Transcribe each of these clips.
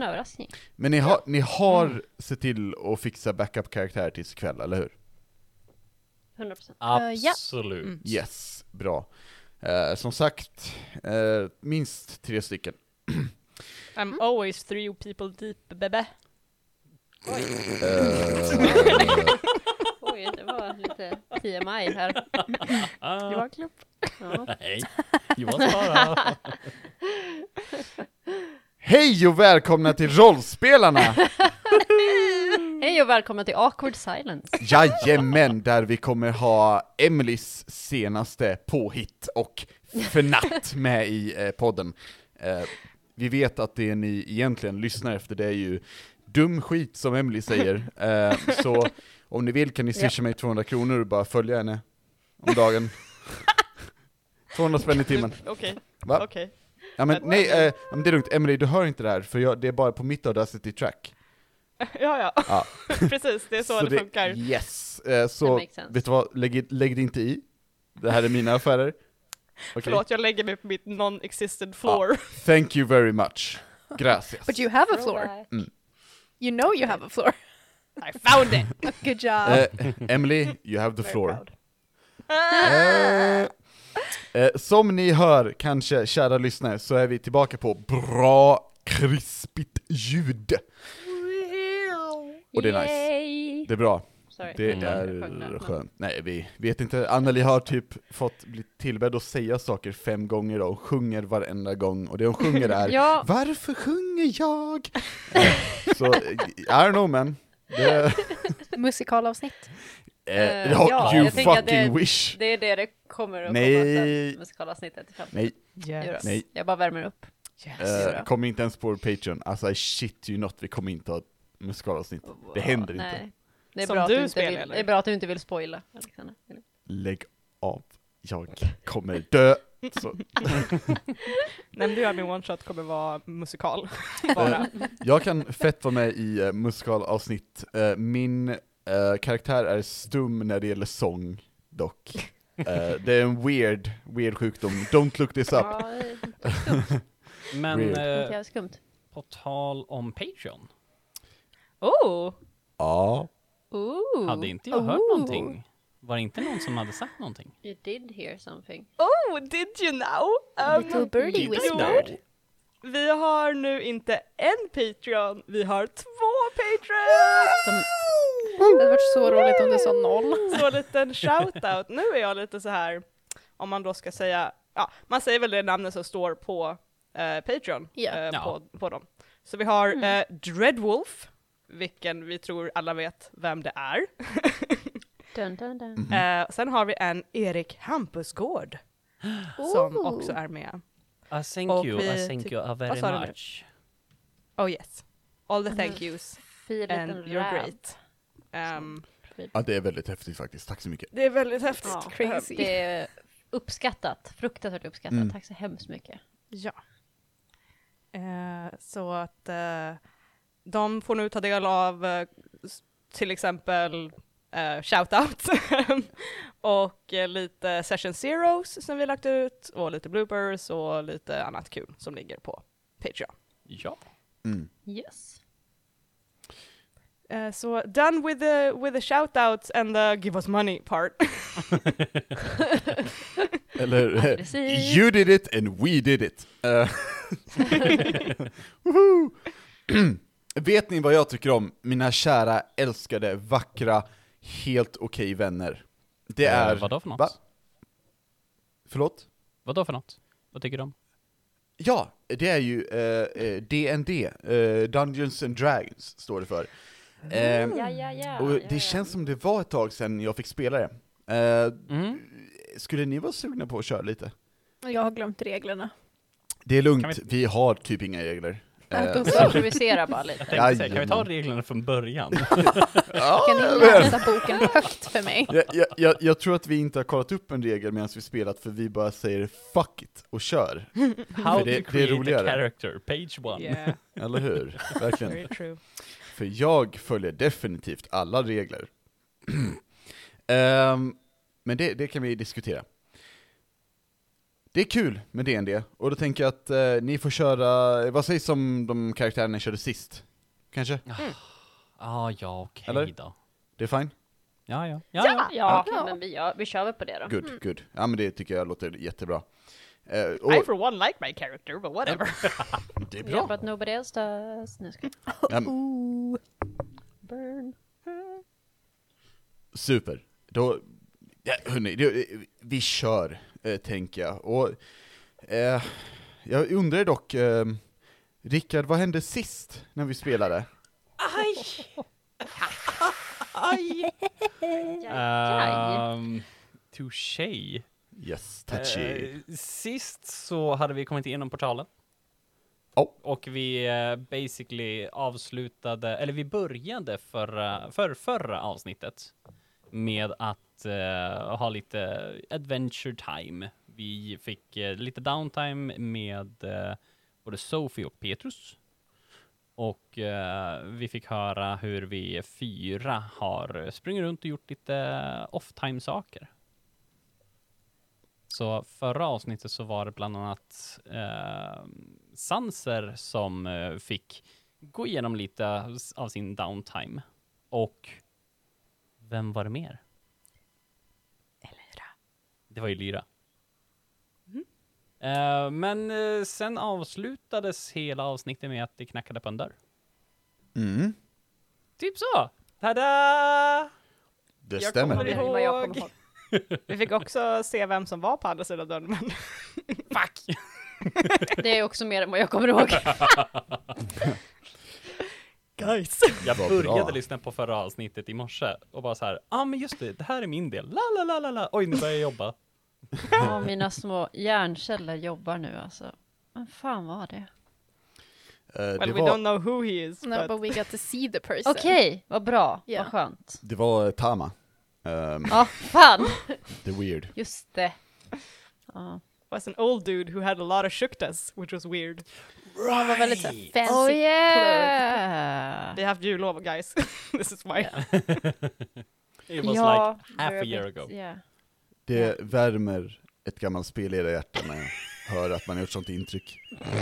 en överraskning. Men ni har sett till att fixa backup-karaktär tills ikväll, eller hur? 100%. Absolut. Yes, bra. Som sagt, minst 3 stycken. I'm always 3 people deep, baby. Oj, det var lite TMI här. Det var klubb. Ja. Hej, Johan Sara. Hej och välkomna till Rollspelarna! Hej och välkomna till Awkward Silence. Jajamän, där vi kommer ha Emelies senaste påhitt och förnatt med i podden. Vi vet att det ni egentligen lyssnar efter, det är ju dum skit som Emily säger. Så om ni vill kan ni swisha mig 200 kronor och bara följa henne om dagen. 200 spänn i timmen. Okej. Va? Okej. Ja, men nej, men det är lugnt. Emily, du hör inte det här, för det är bara på mitt Audacity track. Ja. Ja. Precis, det är så det funkar. Yes. That Så, makes sense. vet du vad? Lägg det inte i. Det här är mina affärer. Okay. Förlåt, jag lägger mig på mitt non-existent floor. Thank you very much. Gracias. But you have a floor. You know you have a floor. I found it! Good job. Emily, you have the Very floor. proud. Som ni hör, kanske kära lyssnare, så är vi tillbaka på bra, krispigt ljud. Och det är nice. Yay! Det är bra. Sorry. Det är skönt. Nej, vi vet inte. Anneli har typ fått bli tillbedd att säga saker 5 gånger och sjunger varenda gång. Och det hon sjunger är Ja. Varför sjunger jag? Så, I don't know, man. Det, Musikalavsnitt. Ja, you jag tänker att fucking wish. Det är det kommer att Nej. komma sen, musikalavsnittet i framtiden. Nej, Yes. nej. Jag bara värmer upp. Kom inte ens på vår Patreon. Alltså, I shit you not. Vi kommer inte ha ett musikalavsnitt. Det händer inte. Nej. Det är Som bra att du du inte spelar, vill, eller? det är bra att du inte vill spoila, Alexander. Lägg av. Jag kommer dö. Så. Nämnde jag att min one-shot kommer vara musikal. Bara. Jag kan fett vara med i musikalavsnitt. Min karaktär är stum när det gäller sång, dock. Det är en weird sjukdom. Don't look this up. Ja, det är skumt. Men Det är skumt. på tal om Patreon, Oh! Ja. Ooh. hade inte jag hört någonting? Var det inte någon som hade sagt någonting? You did hear something. Oh, did you know? Little birdie did you whispered. Vi har nu inte en Patreon, vi har 2 Patreons! Det hade varit så roligt om du sa 0. Så en liten shoutout. Nu är jag lite så här, om man då ska säga, ja, man säger väl det namnet som står på Patreon Ja. på dem. Så vi har Dreadwolf, vilken vi tror alla vet vem det är. Dun, dun, dun. Sen har vi en Erik Hampusgård som också är med. I thank Och you vi very vad sa du nu? much. Oh yes. All the thank yous. Fin And liten you're räv. great. Ja, det är väldigt häftigt faktiskt. Tack så mycket. Det är väldigt häftigt. Ja, Crazy. det är uppskattat. Fruktansvärt uppskattat. Mm. Tack så hemskt mycket. Ja. Så att de får nu ta del av till exempel shoutouts och lite session zeros som vi lagt ut och lite bloopers och lite annat kul som ligger på Patreon. Ja. Mm. Yes. Så done with the shoutouts and the give us money part. Eller, Precis. you did it and we did it. Woho! Vet ni vad jag tycker om mina kära, älskade, vackra, helt okej vänner? Det är... Vadå för något? Va? Förlåt? Vadå för något? Vad tycker du om? Ja, det är ju D&D, Dungeons and Dragons står det för. Ja. Och det känns som det var ett tag sedan jag fick spela det. Skulle ni vara sugna på att köra lite? Jag har glömt reglerna. Det är lugnt, Kan vi har typ inga regler. Då Improvisera bara lite. Jag tänkte säga, kan vi ta Jajamän. reglerna från början? Kan ni läsa boken högt för mig? Jag tror att vi inte har kollat upp en regel medan vi spelat, för vi bara säger fuck it och kör. How För det är to create a roligare. character, page 1. Yeah, Eller hur? Verkligen. very true. För jag följer definitivt alla regler. Men det kan vi diskutera. det är kul med D&D. Och då tänker jag att ni får köra, vad sägs om de karaktärerna ni körde sist? Kanske? Ja, okej Eller? då. Det är fine? Ja, men vi kör väl på det då. Good. Ja, men det tycker jag låter jättebra. I for one like my character, but whatever. Det är Yeah, bra. but nobody else does. Nu ska burn. Super. Då, ja, hörni, vi kör, tänker jag. Och jag undrar dock, Rickard, vad hände sist när vi spelade? Aj! Touché. Yes, touchy. Sist så hade vi kommit igenom portalen. Oh. Och vi basically avslutade, eller vi började förra avsnittet med att ha lite adventure time. Vi fick lite downtime med både Sophie och Petrus. Och vi fick höra hur vi 4 har sprungit runt och gjort lite off-time-saker. Så förra avsnittet så var det bland annat Sanser som fick gå igenom lite av sin downtime. Och vem var det mer? Elira. Det var ju Lyra. Men sen avslutades hela avsnittet med att det knackade på en dörr. Mm, Typ så! Tada! det Jag stämmer. kommer Det är vad jag kommer ihåg. Vi fick också se vem som var på andra sidan dörren, men Fuck! Det är också mer än vad jag kommer ihåg. guys. Jag Vad började bra. lyssna på förra avsnittet i morse och bara så här, men just det här är min del. La. Oj, nu börjar jag jobba. Ja, mina små hjärnceller jobbar nu alltså. Men fan var det? Well, Det we don't var, know who he is, No, but but we got to see the person. Okej, vad bra. Ja. Vad skönt. det var Tama. Ja, fan. The weird. Just det. Ja. was an old dude who had a lot of shuktas, which was weird. Han var väldigt så här fancy. Oh yeah! They have jullov, guys. This is why. It was like half a we're year bit- ago. Yeah. Det värmer ett gammalt spelledarhjärta när jag hör att man har gjort sånt intryck.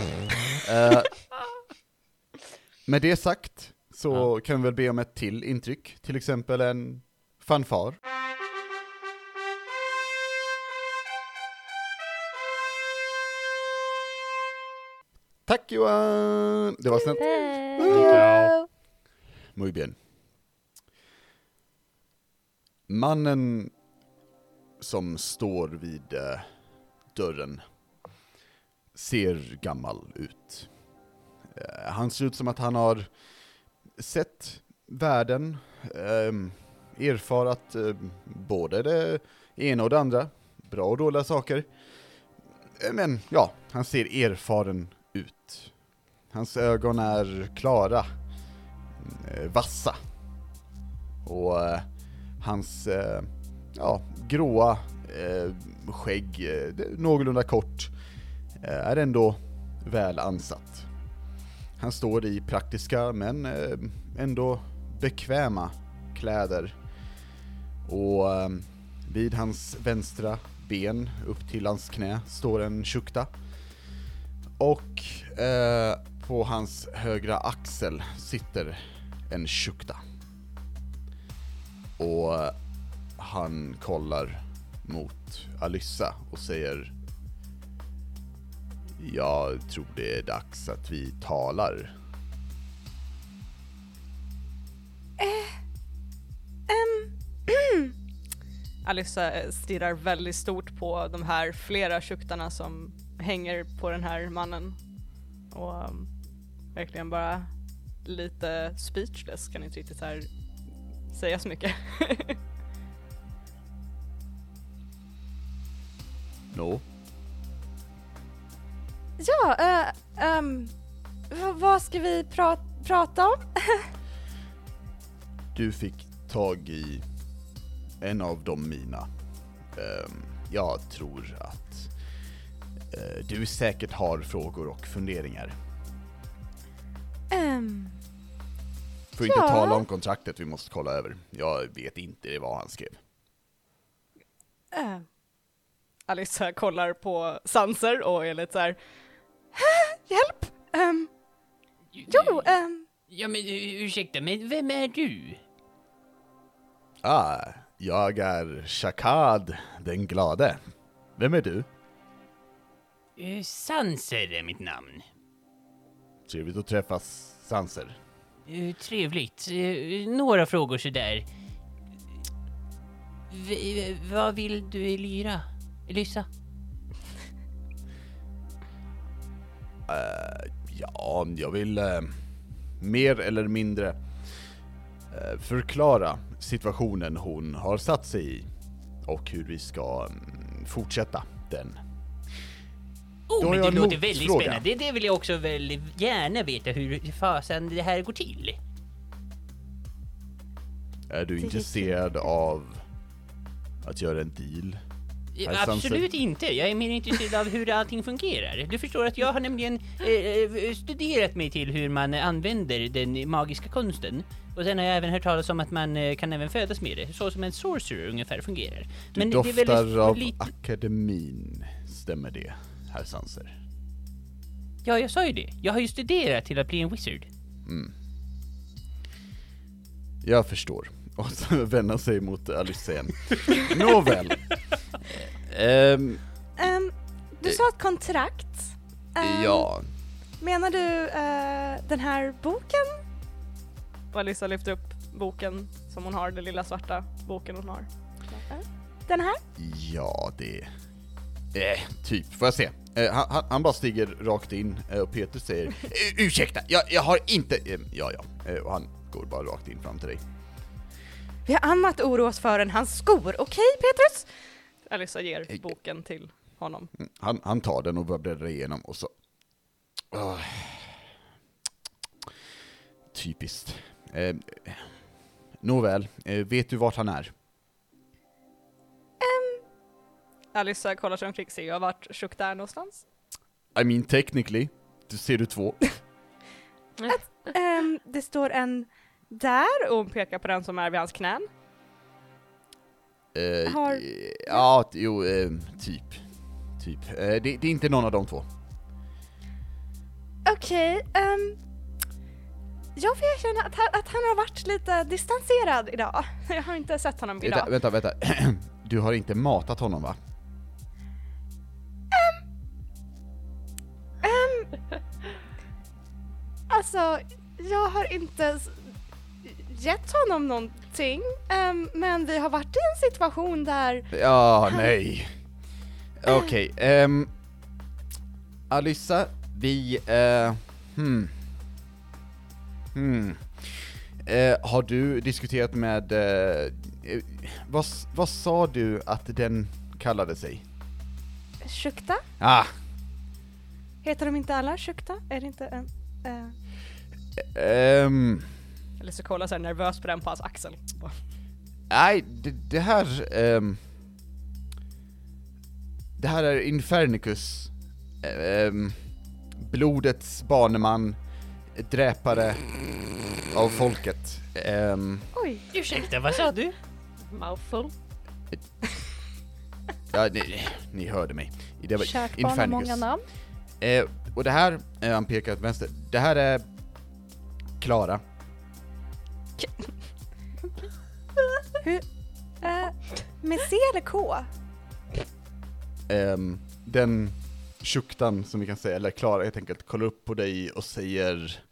Med det sagt så kan vi väl be om ett till intryck, till exempel en fanfar. Tack Johan! Det var snällt. Ja. Muy bien. Mannen som står vid dörren ser gammal ut. Han ser ut som att han har sett världen, erfarat både det ena och det andra, bra och dåliga saker. Men ja, han ser erfaren ut. Hans ögon är klara, vassa. Och hans gråa skägg, någorlunda kort, är ändå väl ansatt. Han står i praktiska men ändå bekväma kläder. Och vid hans vänstra ben upp till hans knä står en shukta. Och på hans högra axel sitter en shukta. Och han kollar mot Alyssa och säger: jag tror det är dags att vi talar. Alyssa stirrar väldigt stort på de här flera shuktarna som hänger på den här mannen. Och verkligen bara lite speechless, kan inte riktigt så här säga så mycket. No. Ja, vad ska vi prata om? Du fick tag i en av de mina. Jag tror att du säkert har frågor och funderingar. Får inte tala om kontraktet, vi måste kolla över. Jag vet inte vad han skrev. Alyssa kollar på Sanser och är lite så här. Hjälp! Ja, men ursäkta, men vem är du? Jag är Shakad den glade. Vem är du? Sanser är mitt namn. Trevligt att träffas, Sanser. Trevligt. Några frågor sådär. Vad vill du Elyssa? Ja, jag vill mer eller mindre förklara situationen hon har satt sig i och hur vi ska fortsätta den. Men det en låter väldigt motfråga. spännande. Det vill jag också väldigt gärna veta hur fasen det här går till. Är du intresserad av att göra en deal? Absolut inte. Jag är mer intresserad av hur allting fungerar. Du förstår att jag har nämligen studerat mig till hur man använder den magiska konsten. Och sen har jag även hört talas om att man kan även födas med det. Så som en sorcerer ungefär fungerar. Du Men doftar det är väldigt av lite... akademin, stämmer det, herr Sanser? Ja, jag sa ju det. Jag har ju studerat till att bli en wizard. Jag förstår. Och så vänder sig mot Alyssa igen. Nåväl. Du sa ett kontrakt. Ja. Menar du den här boken? Och Alyssa lyfter upp boken som hon har, den lilla svarta boken hon har. Den här? Ja, det... typ, får jag se. Han bara stiger rakt in och Peter säger ursäkta, jag har inte... och han går bara rakt in fram till dig. Vi har annat att oroa oss för än hans skor, okej Petrus? Alyssa ger boken till honom. Han tar den och börjar bläddra igenom och så... Typiskt. Nåväl, vet du vart han är? Alyssa kollar sig omkring sig och har varit Shuk där någonstans. I mean, technically. Du ser du 2. Det står en där och hon pekar på den som är vid hans knän. Ja, typ. Det är inte någon av de 2. Okej, jag får erkänna att han har varit lite distanserad idag. Jag har inte sett honom idag. Vänta. Du har inte matat honom, va? Alltså, jag har inte gett honom någonting, men vi har varit i en situation där... Ja, nej. Okej, Alyssa, vi... har du diskuterat med... vad sa du att den kallade sig? Shukta? Heter de inte alla Shukta? Är det inte en... Eller så kollar så här nervös på den på hans axel. Nej, det här... det här är Infernicus. Blodets baneman, dräpare av folket. Oj. Ursäkta, vad sa du? Mouthful. Ja, ni hörde mig. Det var Kärt barn har många namn. Och det här, han pekar åt vänster, det här är Klara. Med C eller K? Den Shuktan som vi kan säga, eller Klara helt enkelt, kollar upp på dig och säger: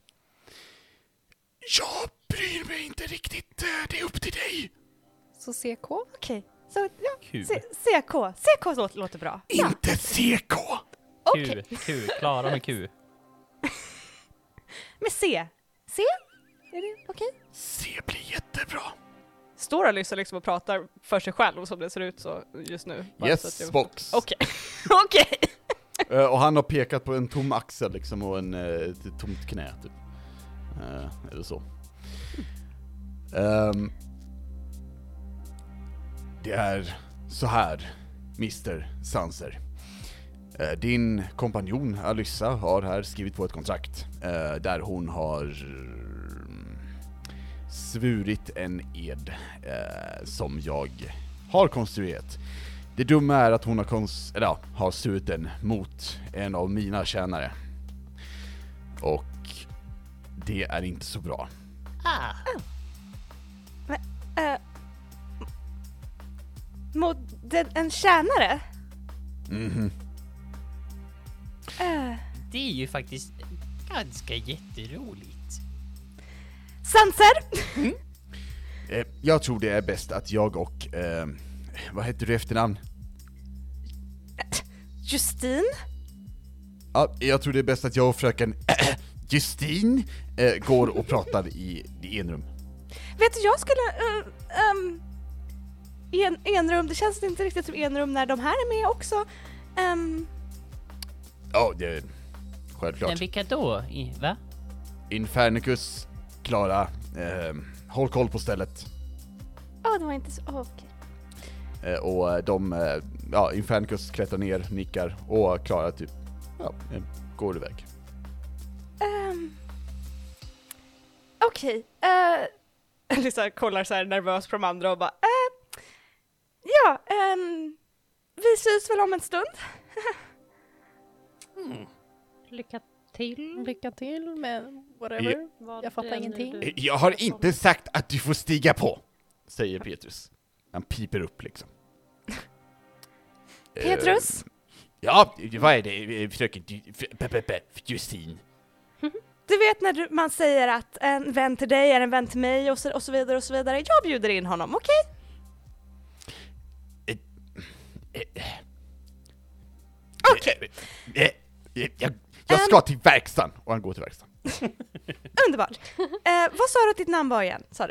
jag bryr mig inte riktigt, det är upp till dig. Så CK? Okej, så ja, Q. CK. CK låter bra. Inte CK! Okej. Q. Klara med Q. Med C. C? Är det okej? C blir jättebra. Står Alyssa liksom och pratar för sig själv som det ser ut så just nu? Bara så att Yes, jag- box. Okej. Okej. Och han har pekat på en tom axel liksom och ett tomt knä typ. Eller så. Det är så här, Mr. Sanser. Din kompanjon Alyssa har här skrivit på ett kontrakt där hon har svurit en ed som jag har konstruerat. Det dumma är att hon har stulit den mot en av mina tjänare. Och det är inte så bra. Mot en tjänare? Mhm. Det är ju faktiskt ganska jätteroligt. Sanser! Jag tror det är bäst att jag och... vad heter du efternamn? Justin? Ja, jag tror det är bäst att jag och fröken Justin går och pratar i enrum. Vet du, jag skulle... enrum, det känns inte riktigt som enrum när de här är med också. Ja, det är självklart. Men vilka då? Va? Infernicus, Klara, håll koll på stället. Det var inte så... okej. Och Infernicus klättrar ner, nickar och Klara typ, går iväg. Okej. Lisa kollar så här nervös på de andra och bara vi syns väl om en stund. Lycka till. Lycka till med whatever. Jag fattar ingenting. Jag har inte sagt att du får stiga på, säger Petrus. Han piper upp liksom. Petrus? Ja, vad är det? Fröken Justin. Du vet när man säger att en vän till dig är en vän till mig och så vidare och så vidare. Jag bjuder in honom, okej? Okej. Jag ska till verkstaden. Och han går till verkstaden. Underbart. Vad sa du att ditt namn var igen, sa du?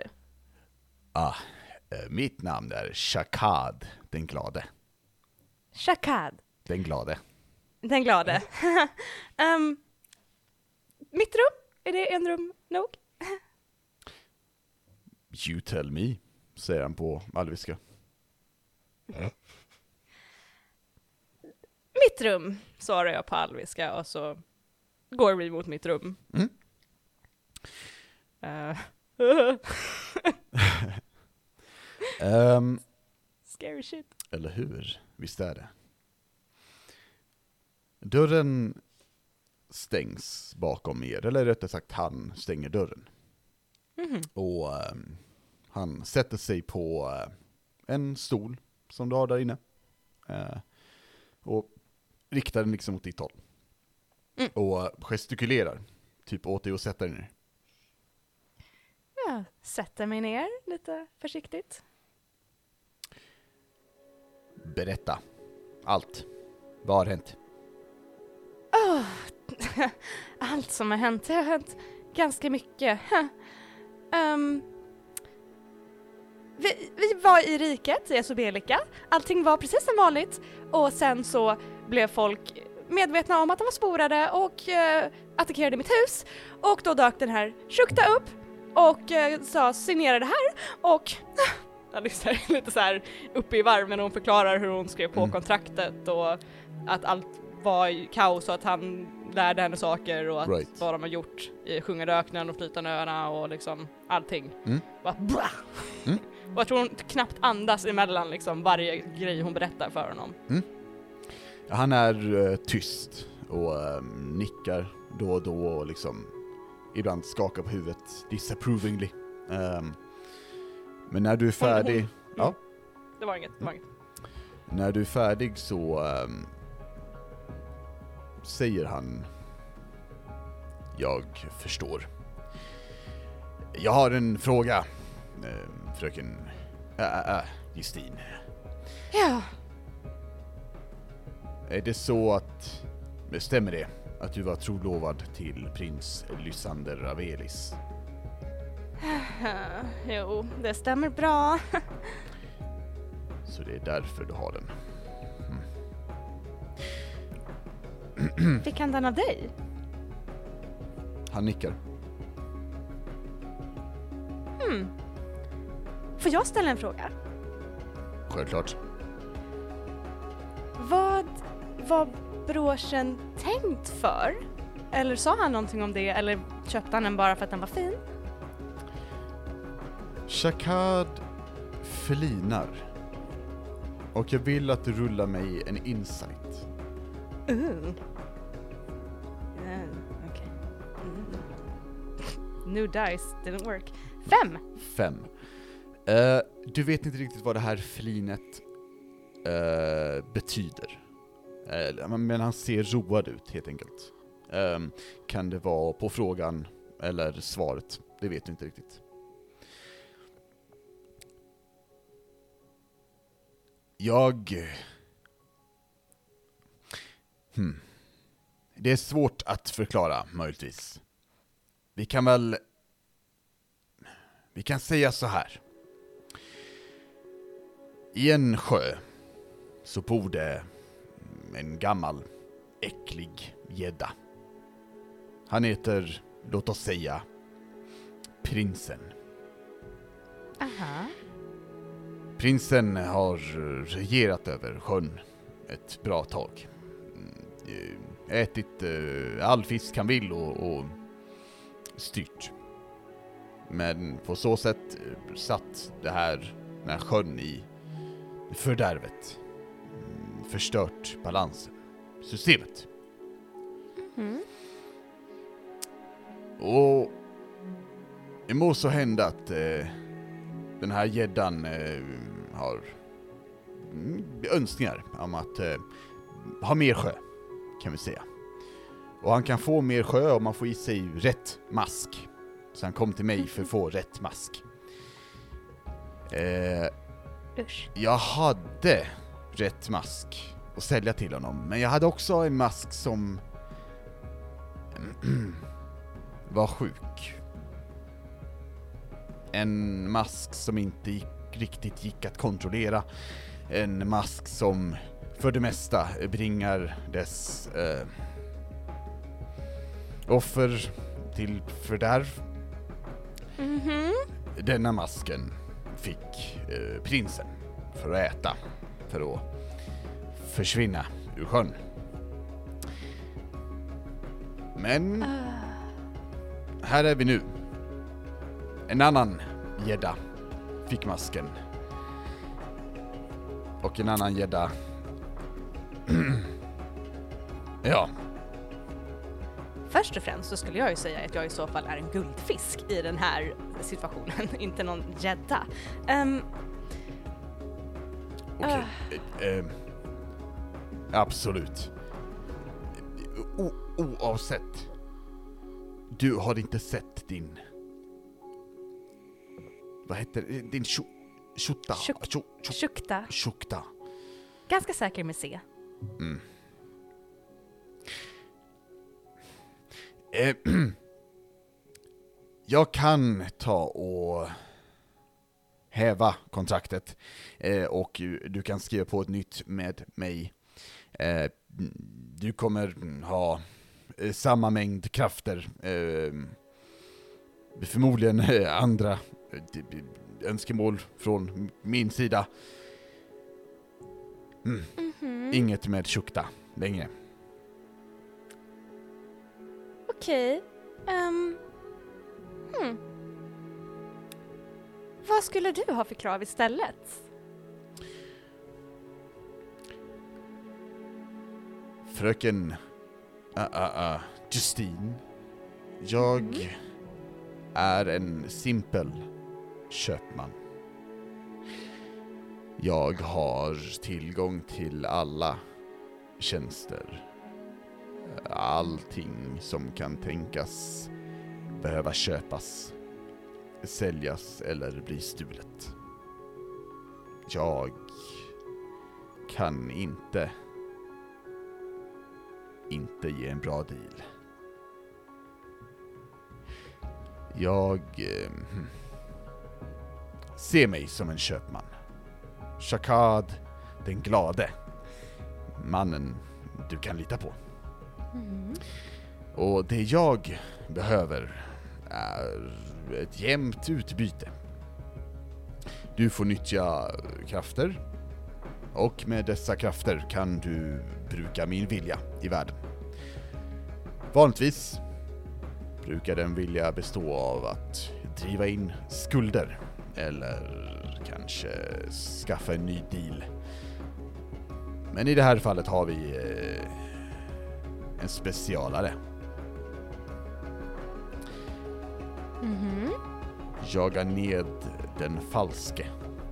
Mitt namn är Shakad, den glade. Shakad. Den glade. Den glade. Mitt rum? Är det en rum nog? You tell me, säger han på alviska. Mitt rum, svarar jag på alviska och så går vi mot mitt rum. Scary shit. Eller hur? Visst är det. Dörren stängs bakom er, eller rättare sagt han stänger dörren. Och han sätter sig på en stol som du har där inne. Och riktar den liksom mot ditt håll. Och gestikulerar typ åt dig och sätter dig ner. Jag sätter mig ner lite försiktigt. Berätta. Allt. Vad har hänt? Allt som har hänt, det har hänt ganska mycket. Vi var i riket, i Esobelika. Allting var precis som vanligt. Och sen så blev folk medvetna om att de var sporade och attackerade mitt hus. Och då dök den här Shukta upp och sa signera det här. Och Alice är lite så här uppe i varv när hon förklarar hur hon skrev på kontraktet och att allt var i kaos och att han lärde henne saker och att vad de har gjort i Sjungaröknen och Flytande öarna och liksom allting. Och jag tror hon knappt andas emellan liksom varje grej hon berättar för honom. Han är tyst och nickar då och då och liksom ibland skakar på huvudet disapprovingly. Men när du är färdig... Ja. Det var inget. När du är färdig så säger han: jag förstår. Jag har en fråga, fröken Justin. Ja. Är det så att, stämmer det, att du var trolovad till prins Lysander Avelis? Jo, det stämmer bra. Så det är därför du har den. Fick han den av dig? Han nickar. Får jag ställa en fråga? Självklart. Vad var broschen tänkt för? Eller sa han någonting om det? Eller köpte han den bara för att den var fin? Shakad flinar Och jag vill att du rullar mig en insight. Okay. New dice didn't work. 5! Du vet inte riktigt vad det här flinet betyder. Men han ser road ut helt enkelt. Kan det vara på frågan eller svaret? Det vet du inte riktigt. Det är svårt att förklara, möjligtvis. Vi kan säga så här. I en sjö så bor det en gammal, äcklig gädda. Han heter, låt oss säga, Prinsen. Aha. Prinsen har regerat över sjön ett bra tag. Ätit all fisk han vill och styrt. Men på så sätt satt den här sjön i fördärvet. Förstört balansen. Systemet. Och det må så hända att den här gäddan har önskningar om att ha mer sjö, kan vi säga. Och han kan få mer sjö om man får i sig rätt mask. Så han kom till mig för att få rätt mask. Jag hade rätt mask att sälja till honom. Men jag hade också en mask som var sjuk. En mask som inte riktigt gick att kontrollera. En mask som för det mesta bringar dess offer till fördärv. Denna masken fick prinsen för att äta, för att försvinna ur sjön. Men här är vi nu. En annan gädda fick masken. Och en annan gädda ja. Först och främst så skulle jag ju säga att jag i så fall är en guldfisk i den här situationen, inte någon gädda. Absolut. Oavsett. Du har inte sett din... Vad heter det? Din Shukta. Shukta. Ganska säker med C. Jag kan ta och häva kontraktet och du kan skriva på ett nytt med mig. Du kommer ha samma mängd krafter, förmodligen andra önskemål från min sida. Inget med Shukta längre. Okej. Vad skulle du ha för krav istället? Fröken Justine, jag är en simpel köpman. Jag har tillgång till alla tjänster. Allting som kan tänkas behöva köpas, säljas eller bli stulet. Jag kan inte ge en bra deal. Jag ser mig som en köpman. Shakad, den glade. Mannen du kan lita på. Och det jag behöver är ett jämnt utbyte. Du får nyttja krafter. Och med dessa krafter kan du bruka min vilja i världen. Vanligtvis brukar den vilja bestå av att driva in skulder eller kanske skaffa en ny deal Men i det här fallet har vi en specialare. Mhm. Jaga ned den falske.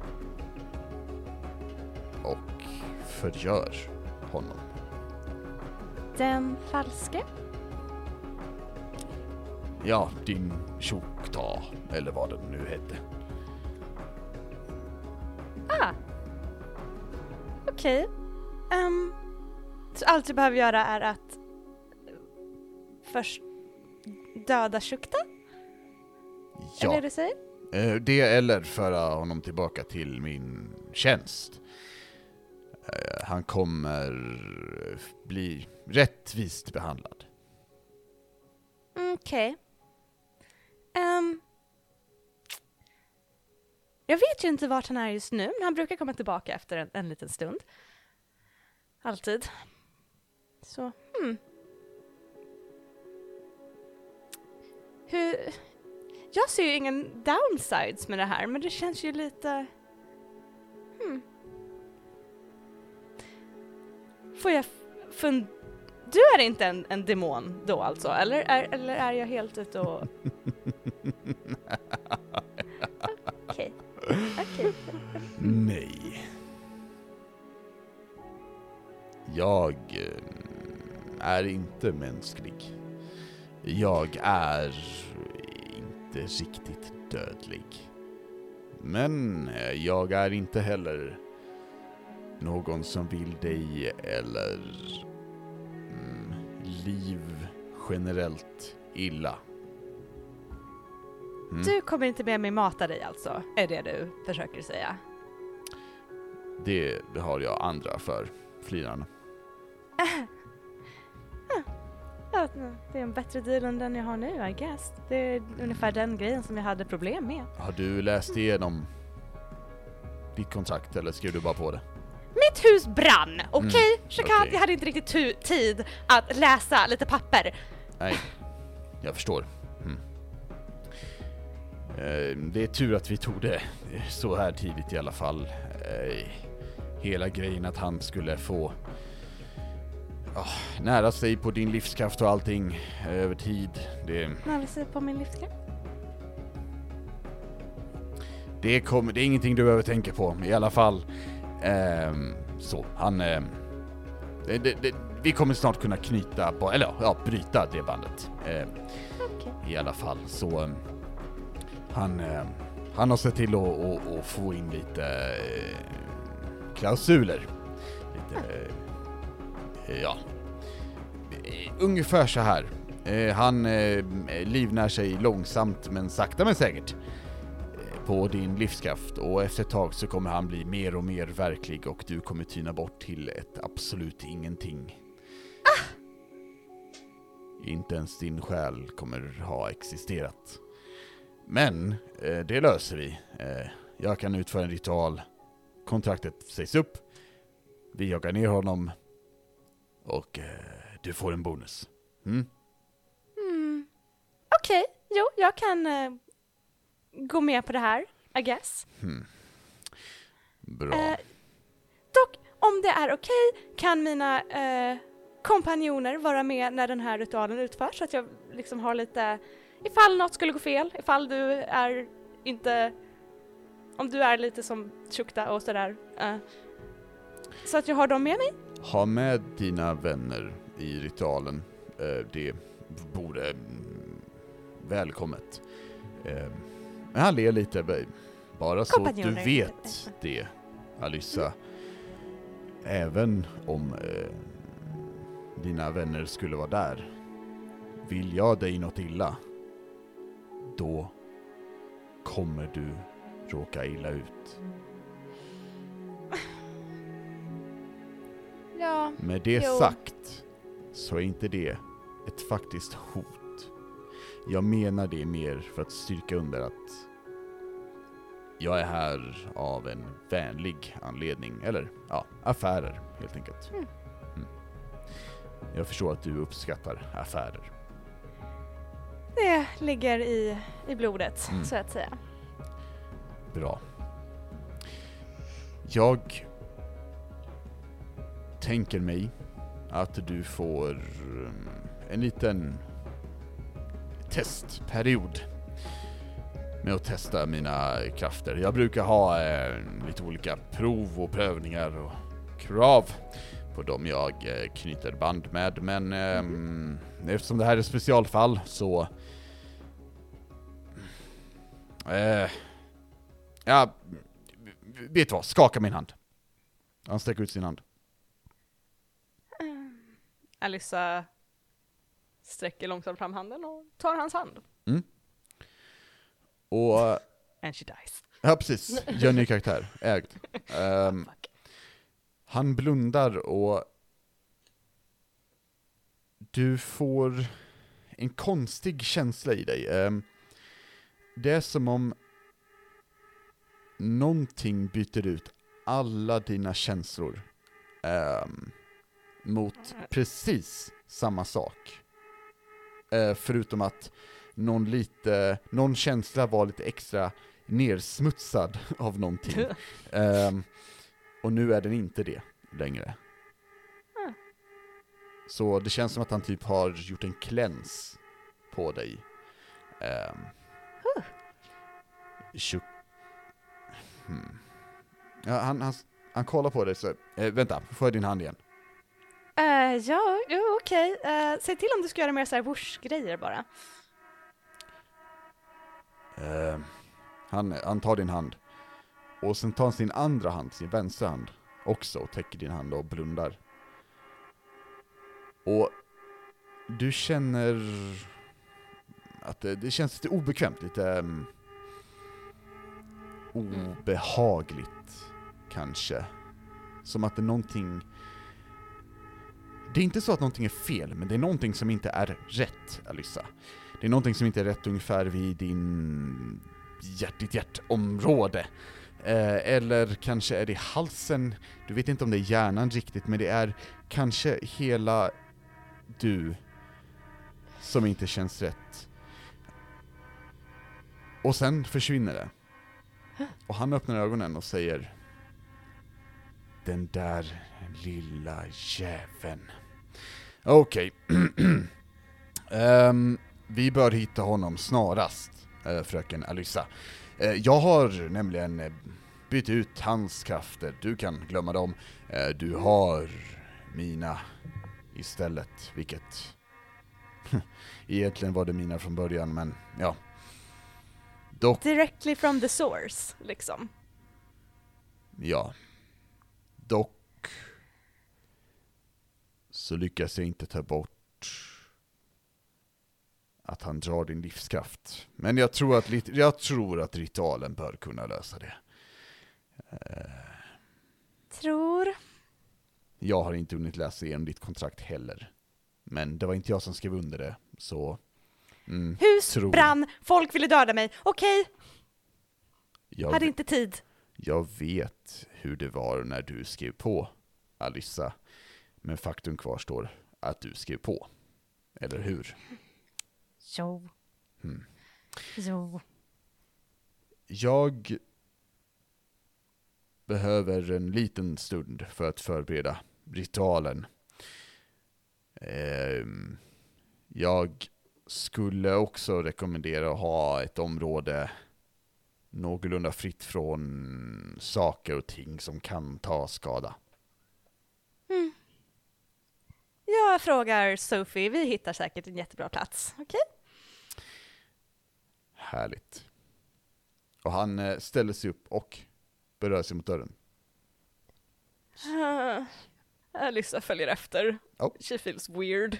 Och förgör honom. Den falske? Ja, din Tjokta, eller vad den nu hette. Okej. Så allt du behöver göra är att först döda Shukta? Är det Ja, du säger? det eller föra honom tillbaka till min tjänst. Han kommer bli rättvist behandlad. Okej. Jag vet ju inte vart han är just nu, men han brukar komma tillbaka efter en liten stund. Alltid. Så, Jag ser ju ingen downsides med det här, men det känns ju lite... Får jag Du är inte en demon då alltså? Eller är jag helt ute och... Okej. Nej. Jag är inte mänsklig. Jag är inte riktigt dödlig. Men jag är inte heller någon som vill dig eller liv generellt illa. Du kommer inte med mig mata dig alltså? Är det du försöker säga? Det har jag andra för, Fliran. Ja, det är en bättre deal än den jag har nu, I guess. Det är ungefär den grejen som jag hade problem med. Har du läst igenom ditt kontrakt eller skrev du bara på det? Mitt hus brann, okej? Shakat, okej. jag hade inte riktigt tid att läsa lite papper. Nej, jag förstår. Det är tur att vi tog det så här tidigt i alla fall. Hela grejen att han skulle få nära sig på din livskraft och allting över tid. Nära sig på min livskraft? Det är ingenting du behöver tänka på i alla fall. Så, han... vi kommer snart kunna knyta på, bryta det bandet. I alla fall, så... Han har sett till att få in lite klausuler. Lite, ungefär så här. Han livnär sig långsamt men sakta men säkert på din livskraft, och efter ett tag så kommer han bli mer och mer verklig och du kommer tyna bort till ett absolut ingenting. Inte ens din själ kommer ha existerat. Men det löser vi. Jag kan utföra en ritual. Kontraktet sägs upp. Vi jagar ner honom. Och du får en bonus. Okej, jo, jag kan gå med på det här, I guess. Bra. Dock, om det är okej, kan mina kompanjoner vara med när den här ritualen utförs, så att jag liksom har lite... Ifall något skulle gå fel, ifall du är inte... Om du är lite som Shukta och sådär. Så att jag har dem med mig. Ha med dina vänner i ritualen. Det vore välkommet. Men han ler lite. Bara så att du vet det, Alyssa. Även om dina vänner skulle vara där. Vill jag dig något illa, då kommer du råka illa ut. Ja, Med det sagt så är inte det ett faktiskt hot. Jag menar det mer för att styrka under att jag är här av en vänlig anledning. Eller affärer helt enkelt. Jag förstår att du uppskattar affärer. Det ligger i blodet, så att säga. Bra. Jag tänker mig att du får en liten testperiod med att testa mina krafter. Jag brukar ha lite olika prov och prövningar och krav på dem jag knyter band med, men eftersom det här är ett specialfall så ja, vet du vad, skaka min hand. Han sträcker ut sin hand. Alyssa sträcker långsamt fram handen och tar hans hand. Och And she dies. ja, precis. Gör ny karaktär. Ägd. Han blundar och du får en konstig känsla i dig. Det är som om någonting byter ut alla dina känslor mot precis samma sak. Förutom att någon känsla var lite extra nersmutsad av någonting. Och nu är den inte det längre. Så det känns som att han typ har gjort en cleanse på dig. Ja, han kollar på dig så vänta, får jag din hand igen? Ja, okej. Säg till om du ska göra mer så här whoosh-grejer bara. Han tar din hand. Och sen tar han sin andra hand, sin vänstra hand också, och täcker din hand och blundar. Och du känner att det känns lite obekvämt, lite obehagligt kanske. Som att det är någonting... Det är inte så att någonting är fel, men det är någonting som inte är rätt, Alyssa. Det är någonting som inte är rätt ungefär vid ditt hjärtområde. Eller kanske är det halsen, du vet inte om det är hjärnan riktigt, men det är kanske hela du som inte känns rätt. Och sen försvinner det. Och han öppnar ögonen och säger: den där lilla jäveln. Okej. Vi bör hitta honom snarast, fröken Alyssa. Jag har nämligen bytt ut hans krafter. Du kan glömma dem. Du har mina istället, vilket egentligen var det mina från början, men ja. Dock, Directly from the source, liksom. ja. Dock så lyckas jag inte ta bort att han drar din livskraft. Men jag tror att ritualen bör kunna lösa det. Tror. Jag har inte hunnit läsa igenom ditt kontrakt heller. Men det var inte jag som skrev under det, så... Hus tror. brann, folk ville döda mig. Okej, Jag, hade inte tid. jag vet hur det var när du skrev på, Alyssa. Men faktum kvarstår att du skrev på. Eller hur? Jo. Jo. Jag behöver en liten stund för att förbereda ritualen. Jag skulle också rekommendera att ha ett område någorlunda fritt från saker och ting som kan ta skada. Jag frågar Sophie, vi hittar säkert en jättebra plats. Okej? Härligt. Och han ställer sig upp och berör sig mot dörren. Alyssa följer efter. Oh. She feels weird.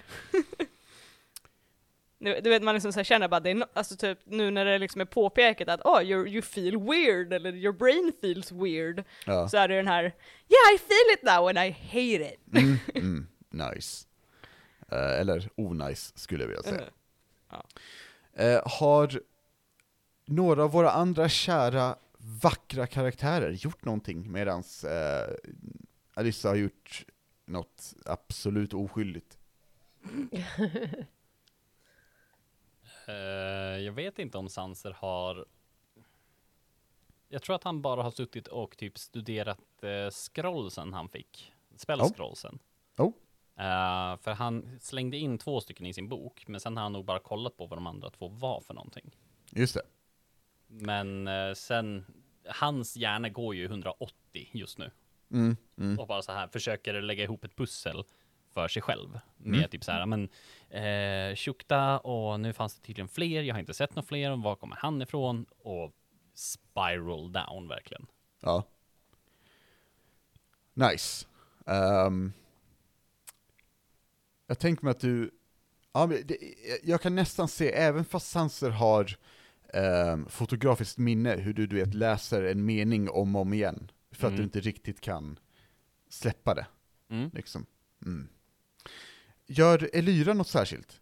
Du vet, man liksom så här känner bara, det är alltså typ nu när det liksom är påpekat att you feel weird, eller your brain feels weird. Ja. Så är det den här, yeah, I feel it now and I hate it. Nice. Eller onajs skulle jag vilja säga. Ja. Har några av våra andra kära, vackra karaktärer gjort någonting medans Alyssa har gjort något absolut oskyldigt? Jag vet inte om Sanser har... Jag tror att han bara har suttit och typ studerat scrollsen han fick spellscrollsen. Oh. För han slängde in 2 stycken i sin bok, men sen har han nog bara kollat på vad de andra 2 var för någonting. Just det. Men sen, hans hjärna går ju 180 just nu. Och bara så här försöker lägga ihop ett pussel för sig själv. Med typ så här, men Shukta, och nu fanns det tydligen fler, jag har inte sett några fler, och var kommer han ifrån? Och spiral down verkligen. Ja. Nice. Jag tänker mig att du... Ja, jag kan nästan se, även fast Sanser har fotografiskt minne, hur du vet, läser en mening om och om igen. För att du inte riktigt kan släppa det. Liksom. Gör Elyra något särskilt?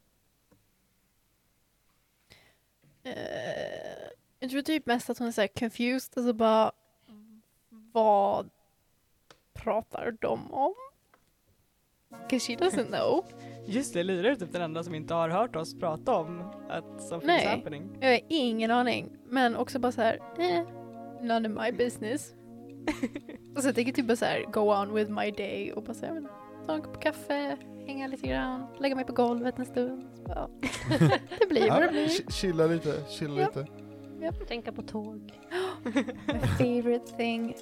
Jag tror typ mest att hon är så här confused. Alltså bara, vad pratar de om? 'Cause she doesn't know. Just det, Lyra är typ den enda som inte har hört oss prata om att something's Nej. happening. Jag har ingen aning. Men också bara så här, none of my business. Och så jag tänker typ bara så här, go on with my day. Och bara så här, ta en kopp kaffe, hänga lite grann, lägga mig på golvet en stund. Så bara, det blir vad det blir. Chilla lite, lite. Tänka på tåg. My favorite thing.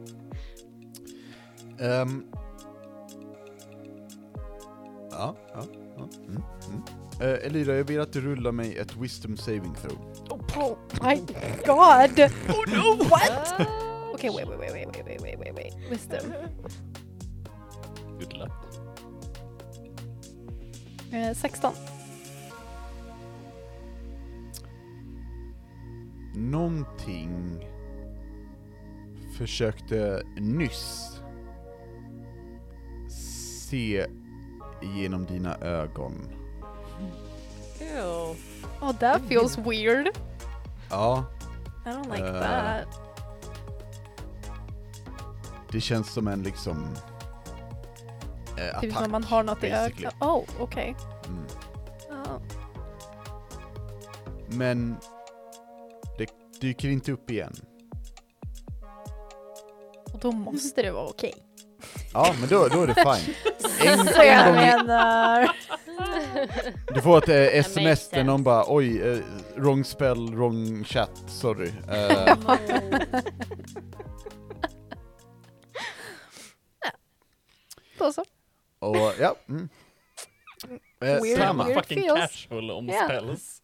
Elyra, jag vill att du rullar mig ett wisdom saving throw. Oh my god! Oh no, what? Okay, wait. Wisdom. Good luck. 16. Någonting försökte nyss se genom dina ögon. Ew. Oh, that feels weird. Ja. I don't like that. Det känns som en liksom attack. Typ som man har något i basically. ögonen. Oh, okej. Men det dyker inte upp igen. Och då måste det vara okej. Ja, men då är det fine. Så jag menar. Du får ett sms makes där någon sense. bara, oj, wrong spell, wrong chat, sorry. Då så. Och ja. Weird. Samma. Weird Fucking feels. casual om Yeah. spells.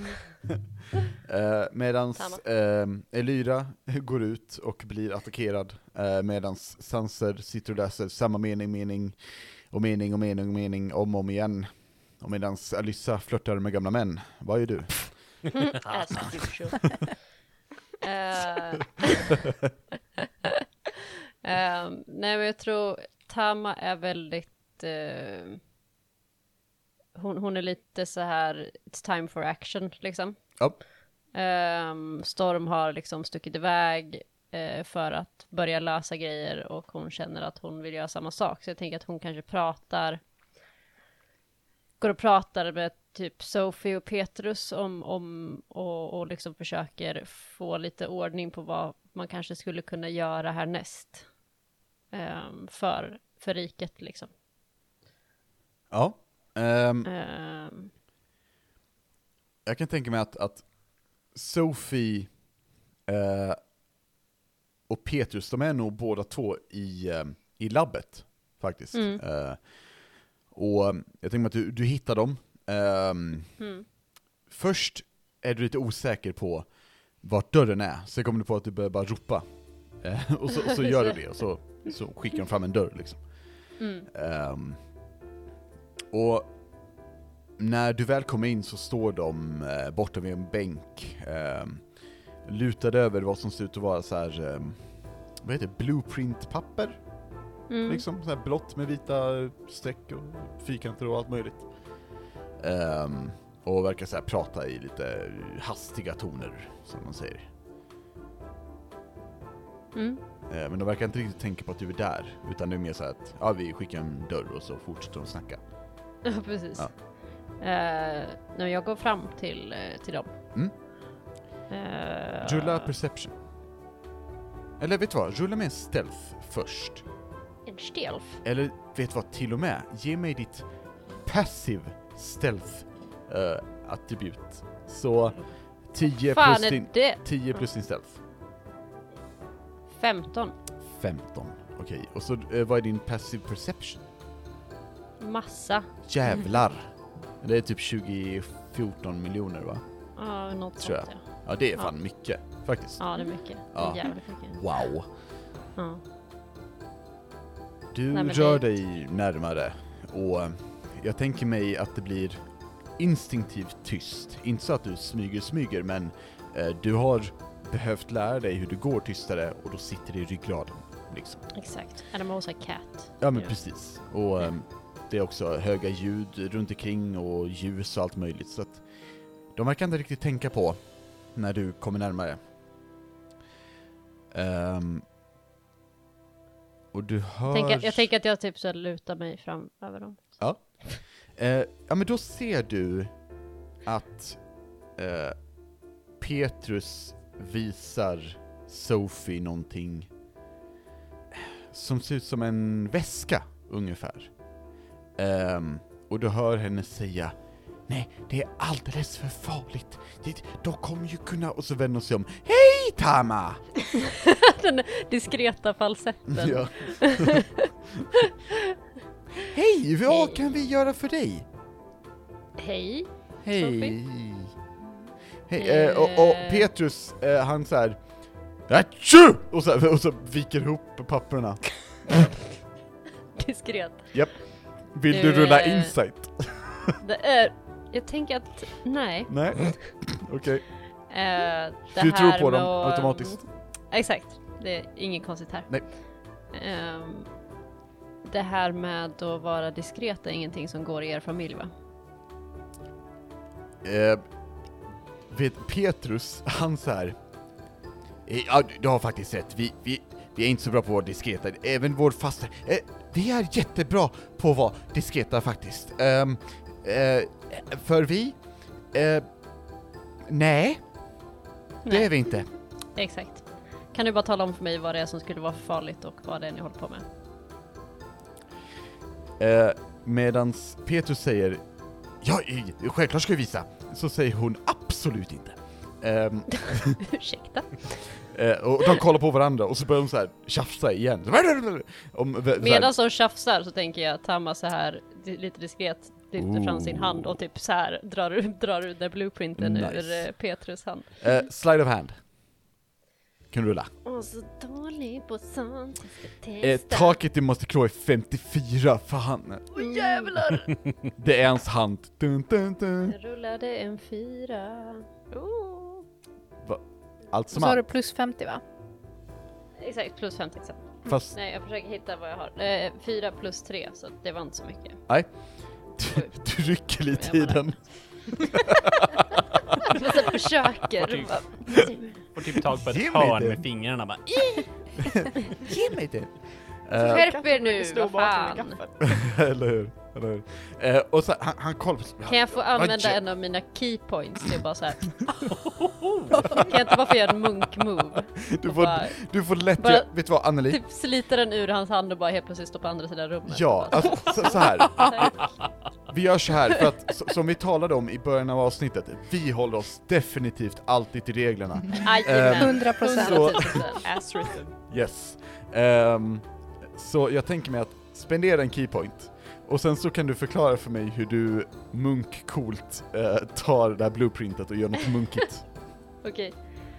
Medans Samma. Elyra går ut och blir attackerad, medans Sanser sitter och läser samma mening om och om igen. Och medans Alyssa flörtar med gamla män. Vad gör du? As usual. Nej, men jag tror Tama är väldigt hon är lite så här, it's time for action liksom. Ja. Storm har liksom stuckit iväg för att börja lösa grejer, och hon känner att hon vill göra samma sak, så jag tänker att hon kanske går och pratar med typ Sophie och Petrus och liksom försöker få lite ordning på vad man kanske skulle kunna göra härnäst för riket liksom. Ja. Jag kan tänka mig att Sophie och Petrus, de är nog båda två i labbet faktiskt. Och jag tänker mig att du hittar dem. Först är du lite osäker på vart dörren är. Sen kommer du på att du behöver bara ropa. Och så gör du det. Och så skickar de fram en dörr liksom. Och när du väl kommer in så står de borta vid en bänk. Lutade över vad som ser ut att vara så här, vad heter det? Blueprint-papper. Liksom så här blått med vita streck och fyrkanter och allt möjligt. Och verkar så här prata i lite hastiga toner, som man säger. Men de verkar inte riktigt tänka på att du är där, utan det är mer så här att vi skickar en dörr och så fortsätter de snacka. Ja, precis. Ja. När jag går fram till dem. Rulla perception. Eller vet du vad? Rulla med en stealth först. En stealth. Eller vet du vad, till och med, ge mig ditt passive stealth attribut. Så 10 Fan plus är din, det? 10 plus din stealth. 15. 15, okej. Och så vad är din passive perception? Massa. Jävlar! Det är typ 20-14 miljoner, va? Ja, något Tror jag. sånt, ja. Ja, det är fan mycket, faktiskt. Ja, det är mycket. Det Ja. är jävligt mycket. Wow! Ja. Du Nej, men rör det- dig närmare och jag tänker mig att det blir instinktivt tyst. Inte så att du smyger, men du har behövt lära dig hur du går tystare och då sitter det i ryggraden. Liksom. Exakt. And I'm also a cat. Ja, men Ja. precis. Och det är också höga ljud runt omkring och ljus och allt möjligt. Så att de verkar inte riktigt tänka på när du kommer närmare. Och du hör... Jag tänker att jag typ så lutar mig fram över dem. Ja, men då ser du att Petrus visar Sophie någonting som ser ut som en väska, ungefär. Och du hör henne säga: nej, det är alldeles för farligt. De kommer ju kunna... Och så vänder hon sig om. Hej, Tama! Den diskreta falsetten. Ja. Hej, vad Hej. kan vi göra för dig? Hej. Hej. Sophie? Hej. Och Petrus, han så här. Achoo! Och så viker ihop papperna. Diskret. Vill Du, du rulla insight? Det är... Jag tänker att... Nej. Nej. Okej. Det Du tror här på dem med att- automatiskt. Exakt. Det är inget konstigt här. Nej. Det här med att vara diskret är ingenting som går i er familj, va? Vet Petrus, han så här. Ja, du har faktiskt rätt. Vi är inte så bra på att vara diskreta. Även vår faster. Vi är jättebra på att vara diskreta faktiskt. För vi? Nej, det är vi inte. Exakt. Kan du bara tala om för mig vad det är som skulle vara för farligt och vad det är ni håller på med? Medans Petrus säger, ja, självklart ska vi visa. Så säger hon absolut inte. Ursäkta? Och de kollar på varandra och så börjar de så här tjafsa igen. Medan de tjafsar så tänker jag att Tama så här lite diskret lyfter fram sin hand och typ så här drar ut den blueprinten Nice. ur Petrus hand. Slide of hand. Kan du rulla? Åh, så dålig på sånt. Jag ska testa. Taket i Monster Claw är 54, fan. Jävlar! Det är hans hand. Dun, dun, dun. Jag rullade en 4. Allt Så som har du allt. plus 50, va? Exakt, plus 50 exakt. Fast Nej, jag försöker hitta vad jag har. 4 plus 3, så det var inte så mycket. du rycker lite i den. Jag så försöker. Får typ tag på ett Ge mig hörn det. med fingrarna bara. Ge mig det. Skärp er nu, Står vad bakom med fan. gaffel. Eller hur? Och så han kollar på... Kan jag få använda en av mina keypoints? Det är bara så här. Kan jag inte bara få göra en munk-move? Du Och får, bara, du får lätt... bara- vet du vad, Anneli? typ slita den ur hans hand och bara helt plötsligt stå på andra sidan rummet. Ja, alltså, så här. Vi gör så här, för att som vi talade om i början av avsnittet, vi håller oss definitivt alltid till reglerna. Jajamän. 100%. Så- 100%. As written. Yes. Så jag tänker mig att spendera en keypoint. Och sen så kan du förklara för mig hur du munkcoolt tar det här blueprintet och gör något munkigt. Okej.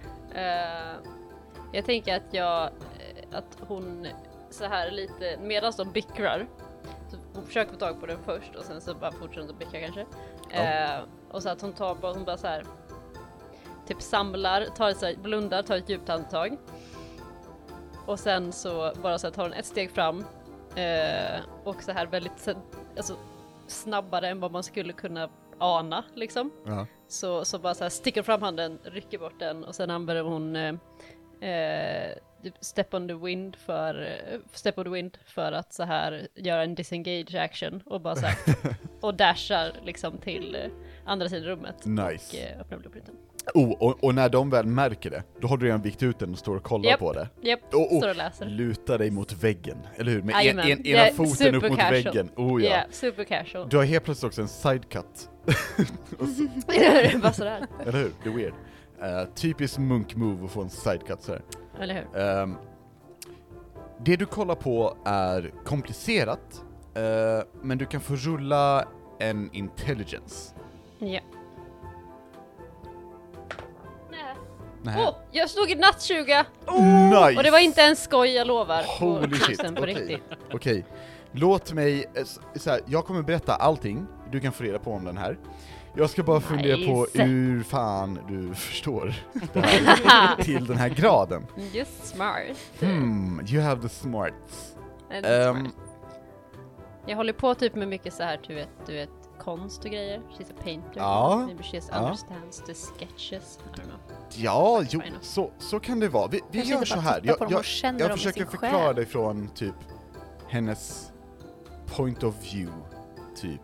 Jag tänker att hon så här lite, medan de bickrar, så hon försöker få tag på den först och sen så bara fortsätter de att bicka kanske. Ja. Och så att hon bara så här typ samlar, blundar, tar ett djupt andetag. Och sen så bara så här tar hon ett steg fram och så här väldigt alltså, snabbare än vad man skulle kunna ana liksom. Ja. Så bara så här sticker fram handen, rycker bort den och sen använder hon step on the wind för att så här göra en disengage action och bara så här och dashar liksom till andra sidan rummet Nice. och öppnar blueprinten. Och när de väl märker det, då har du redan vikt ut den och står och kollar på det. Japp, Och står och läser. luta dig mot väggen, eller hur? Med Jajamän. ena Det är foten upp mot super casual. väggen. Ja. Yeah, super casual. Du har helt plötsligt också en sidecut. Bara sådär. Eller hur? Det är weird. Typiskt munk-move att få en sidecut sådär. Eller hur? Det du kollar på är komplicerat, men du kan få rulla en intelligence. Ja. Nej. Jag stod i natt 20! Nice! Och det var inte en skoj, jag lovar. Holy shit, På okej. riktigt. Okej, låt mig, så här, jag kommer berätta allting du kan få reda på om den här. Jag ska bara fundera på Nice. hur fan du förstår det här till den här graden. Just smart. You have the smarts. Smart. Jag håller på typ med mycket så här, du vet konst och grejer. She's a painter. Ja. Maybe she understands the sketches. I don't know. Ja, jo, Fine. så kan det vara. Vi Jag gör sitter så bara här. och tittar på dem och känner dem Jag med försöker sin förklara själ. dig från typ hennes point of view, typ.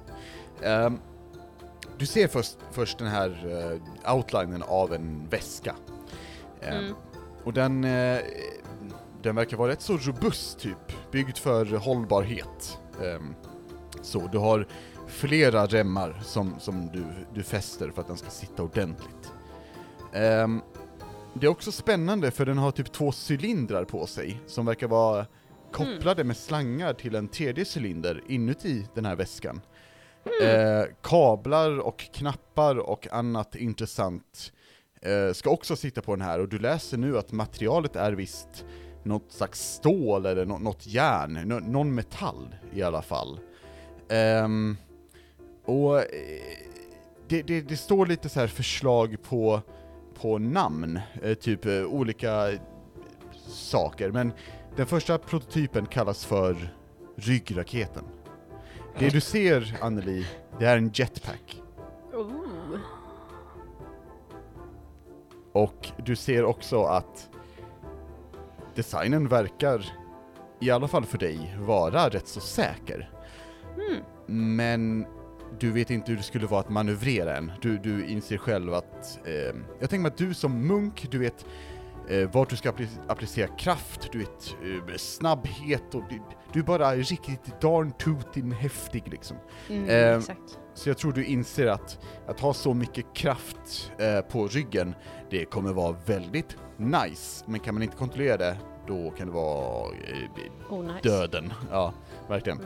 Du ser först den här outlinen av en väska. Och den verkar vara rätt så robust, typ. Byggd för hållbarhet. Så du har flera remmar som du fäster för att den ska sitta ordentligt. Det är också spännande för den har typ 2 cylindrar på sig som verkar vara kopplade med slangar till en tredje cylinder inuti den här väskan. Kablar och knappar och annat intressant ska också sitta på den här, och du läser nu att materialet är visst något slags stål eller något järn, någon metall i alla fall. Och det står lite så här förslag på namn, typ olika saker, men den första prototypen kallas för ryggraketen. Det du ser, Anneli, det är en jetpack. Och du ser också att designen verkar, i alla fall för dig, vara rätt så säker. Men du vet inte hur det skulle vara att manövrera den. Du inser själv att jag tänker mig att du som munk, du vet vart du ska applicera kraft, du vet snabbhet, och du är bara riktigt darn tootin häftig liksom. Exakt. Så jag tror du inser att ha så mycket kraft på ryggen, det kommer vara väldigt nice. Men kan man inte kontrollera det, då kan det vara Nice. döden. Ja, verkligen.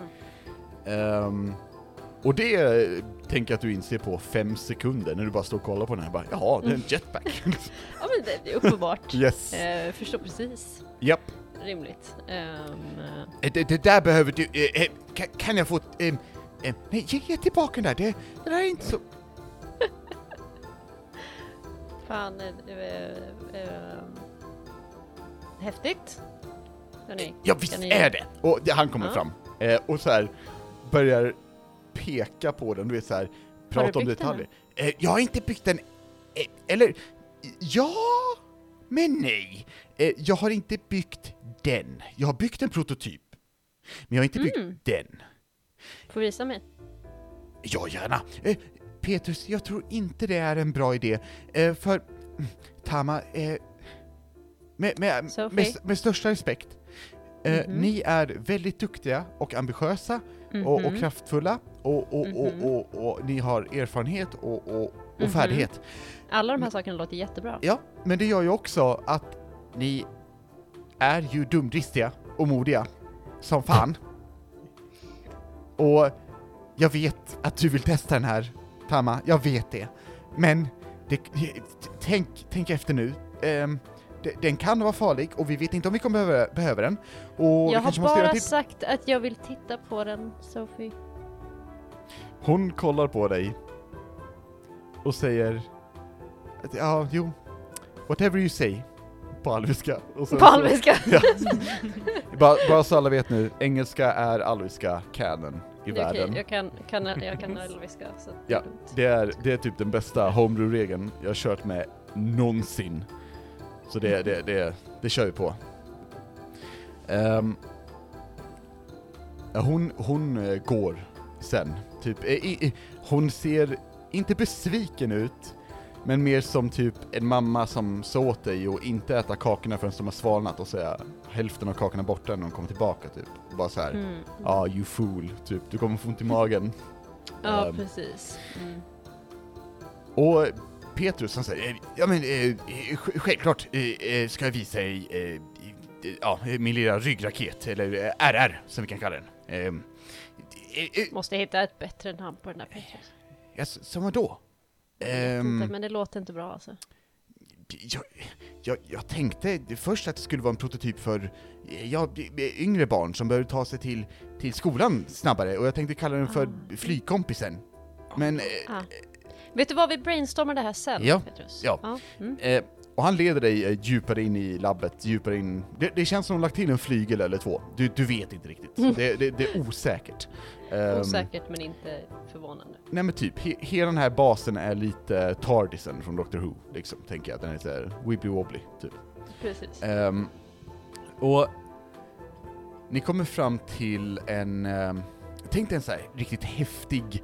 Och det tänker jag att du inser på 5 sekunder när du bara står och kollar på den här. Bara, jaha, det är en jetpack. Ja, men det är uppenbart. Yes. Förstår precis. Japp. Rimligt. Det där behöver du... kan jag få... nej, ge tillbaka den där. Det där är inte så... Fan, häftigt. Hörrni, Ja, visst är det! Och han kommer fram. Och så här börjar peka på den, du vet så här, prata om byggt den detaljer. Jag har inte byggt den... eller... Ja, men nej. Jag har inte byggt den. Jag har byggt en prototyp. Men jag har inte byggt den. Får visa mig. Ja, gärna. Petrus, jag tror inte det är en bra idé. För Tama, med största respekt. Ni är väldigt duktiga och ambitiösa och kraftfulla och ni har erfarenhet och färdighet. Alla de här sakerna låter jättebra. Ja, men det gör ju också att ni är ju dumdristiga och modiga som fan. Och jag vet att du vill testa den här, Tama, jag vet det. Men tänk efter nu. Den kan vara farlig och vi vet inte om vi kommer behöva den. Och Jag har bara sagt att jag vill titta på den, Sophie. Hon kollar på dig och säger ja, jo, whatever you say, på alviska. På alviska? Ja. bara så alla vet nu, engelska är alviska canon i världen. Okej, jag kan alviska. Så ja, det är typ den bästa homebrew-regeln jag har kört med någonsin. Så det kör vi på. Hon går sen. Typ, hon ser inte besviken ut, Men mer som typ en mamma som sa åt dig och inte äta kakorna förrän de har svalnat och säga hälften av kakorna borta när de kommer tillbaka typ. Bara så här, you fool, typ. Du kommer få ont i magen. Ja, precis. Och Petrus han säger, självklart ska jag visa dig min lilla ryggraket, eller RR som vi kan kalla den. Måste hitta ett bättre namn på den där Petrus. Ja, som vadå? Men det låter inte bra alltså. Jag tänkte först att det skulle vara en prototyp för yngre barn som behöver ta sig till skolan snabbare, och jag tänkte kalla den för flygkompisen. Men vet du vad, vi brainstormar det här sen, ja, Petrus? Ja. Och han leder dig djupare in i labbet, djupare in. Det känns som att de lagt till en flygel eller två. Du vet inte riktigt. Det är osäkert. Osäkert men inte förvånande. Nej men typ, hela den här basen är lite Tardisen från Doctor Who, liksom, tänker jag. Den är såhär wibbly-wobbly, typ. Precis. Och ni kommer fram till en, tänk dig en så här riktigt häftig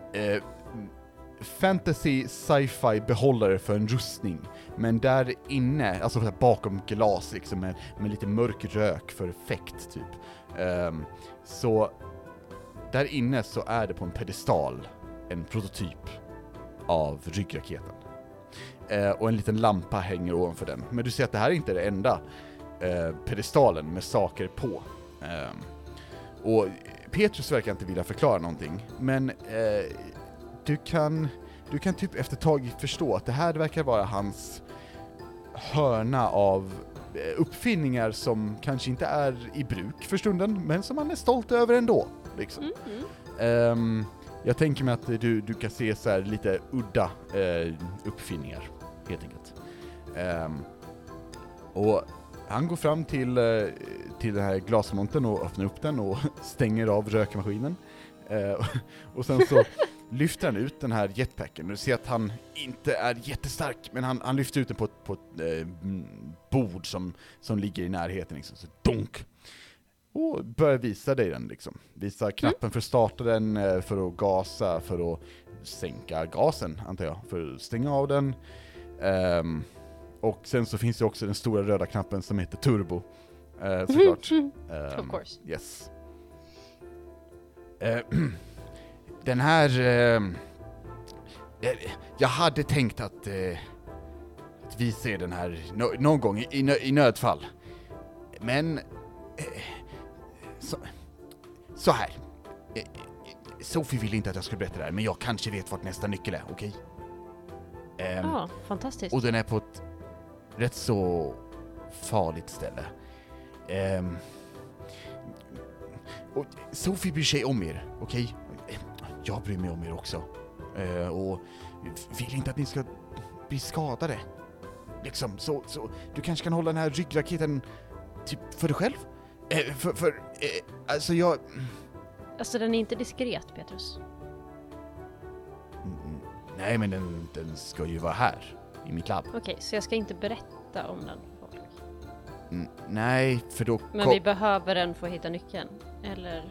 fantasy sci-fi behållare för en rustning, men där inne, alltså bakom glas liksom, med lite mörk rök för effekt typ. Så där inne så är det på en pedestal en prototyp av ryggraketen. Och en liten lampa hänger ovanför den. Men du ser att det här är inte det enda pedestalen med saker på. Och Petrus verkar inte vilja förklara någonting, men du kan typ efter ett tag förstå att det här verkar vara hans hörna av uppfinningar som kanske inte är i bruk för stunden, men som han är stolt över ändå. Liksom. Jag tänker mig att du kan se så här lite udda uppfinningar, helt enkelt. Och han går fram till den här glasmonten och öppnar upp den och stänger av rökmaskinen. Och sen så lyfter han ut den här jetpacken. Du ser att han inte är jättestark, men han lyfter ut den på ett bord som ligger i närheten. Liksom. Så donk! Och börjar visa dig den. Liksom. Visa knappen för att starta den, för att gasa, för att sänka gasen, antar jag. För att stänga av den. Och sen så finns det också den stora röda knappen som heter turbo. Såklart. Of course. Yes. Den här... jag hade tänkt att vi ser den här någon gång i nödfall. Men... så här. Sophie ville inte att jag skulle berätta det här, men jag kanske vet vart nästa nyckel är, okej? Ja, fantastiskt. Och den är på ett rätt så farligt ställe. Och Sophie bryr sig om er, okej? Jag bryr mig om er också. Och vill inte att ni ska bli skadade. Liksom, så du kanske kan hålla den här ryggraketen typ för dig själv? Alltså jag... Alltså den är inte diskret, Petrus. Nej, men den ska ju vara här, i mitt labb. Okej, så jag ska inte berätta om den för folk. Nej, för då... Men vi behöver den för att hitta nyckeln, eller?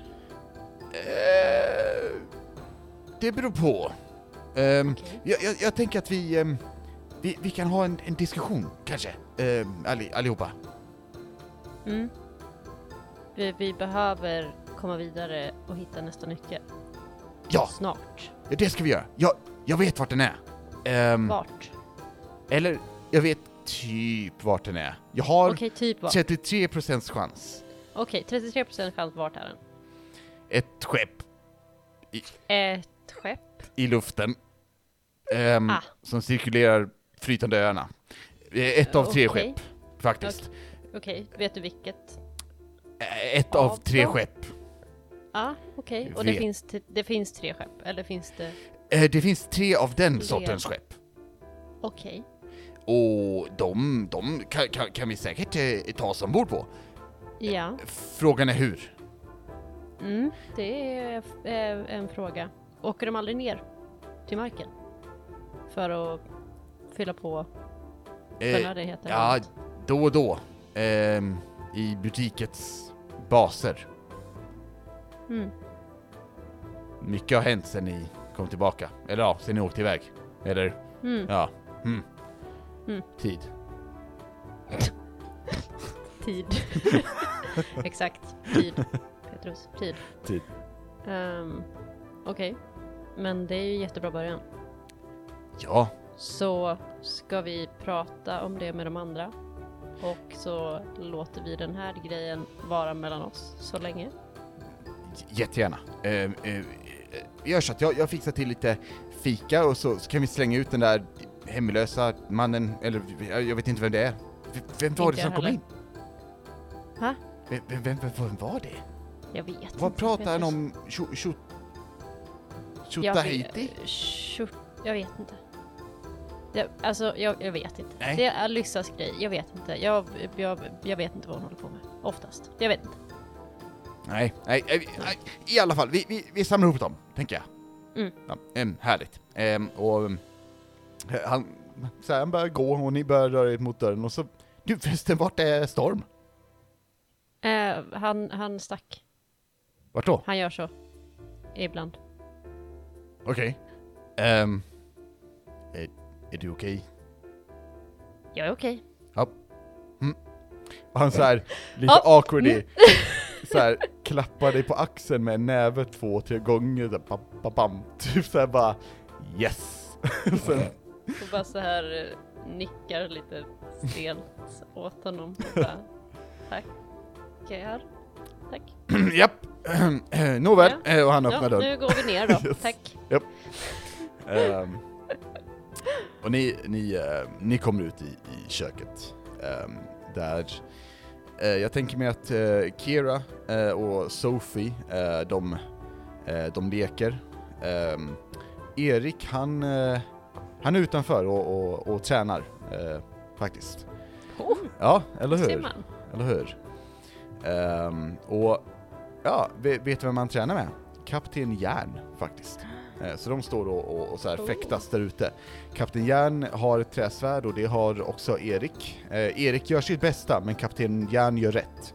Det beror på. Jag tänker att vi kan ha en diskussion, kanske. Allihopa. Vi behöver komma vidare och hitta nästa nyckel. Ja. Snart. Det ska vi göra. Jag vet vart den är. Vart? Eller, jag vet typ vart den är. Jag har typ vart? 33% chans. 33% chans vart är den? Ett skepp. Ett skepp? I luften. Som cirkulerar flytande öarna. Ett av 3 skepp, faktiskt. Okej, vet du vilket? Ett av 3 skepp. Okej. Och det finns 3 skepp, eller finns det? Det finns 3 av den sortens skepp. Okej. Och de kan vi säkert ta oss ombord på. Ja. Frågan är hur? Det är en fråga. Åker de aldrig ner till marken? För att fylla på förnödenheter? Ja, då och då. I butikets baser. Mycket har hänt sen ni kom tillbaka. Eller sen ni åkte iväg. Eller? Ja. Tid. Tid. Exakt. Tid. Petrus. Tid. Tid. Okej. Men det är ju jättebra början. Ja. Så ska vi prata om det med de andra. Och så låter vi den här grejen vara mellan oss så länge. Jättegärna. Gör så att jag fixar till lite fika och så kan vi slänga ut den där hemlösa mannen, eller jag vet inte vem det är. Vem var Inte det som jag kom heller. in? Ha? Vem var det? Jag vet inte. Vad pratar han Petrus. om? Tjotahejti? Jag vet inte. Jag vet inte. Nej. Det är Alyssas grej. Jag vet inte. Jag vet inte vad hon håller på med. Oftast. Jag vet inte. Nej. I alla fall, vi samlar ihop dem, tänker jag. Ja, härligt. Och han börjar gå och ni börjar röra er mot dörren och så... Du förresten, vart är Storm? Han stack. Vart då? Han gör så. Ibland. Okej. Är du okej? Jag är okej. Och han så här lite awkwardly så här klappar dig på axeln med en näve 2-3 gånger så här, bam, typ så här bara yes. Sen, Och bara så här nickar lite stelt åt honom. Och bara, tack. Okej, här. Tack. japp. Nåväl, och han öppnar Ja, dörren. nu går vi ner då. Yes. Tack. Och ni kommer ut i köket där jag tänker mig att Kira och Sophie de leker. Erik han är utanför och tränar faktiskt. Oh, Ja, eller ser hur? man. Eller hur? Och ja, vet du vem man tränar med? Kapten Järn faktiskt. Så de står och så här fäktas där ute. Kapten Järn har ett träsvärd och det har också Erik. Erik gör sitt bästa, men Kapten Järn gör rätt.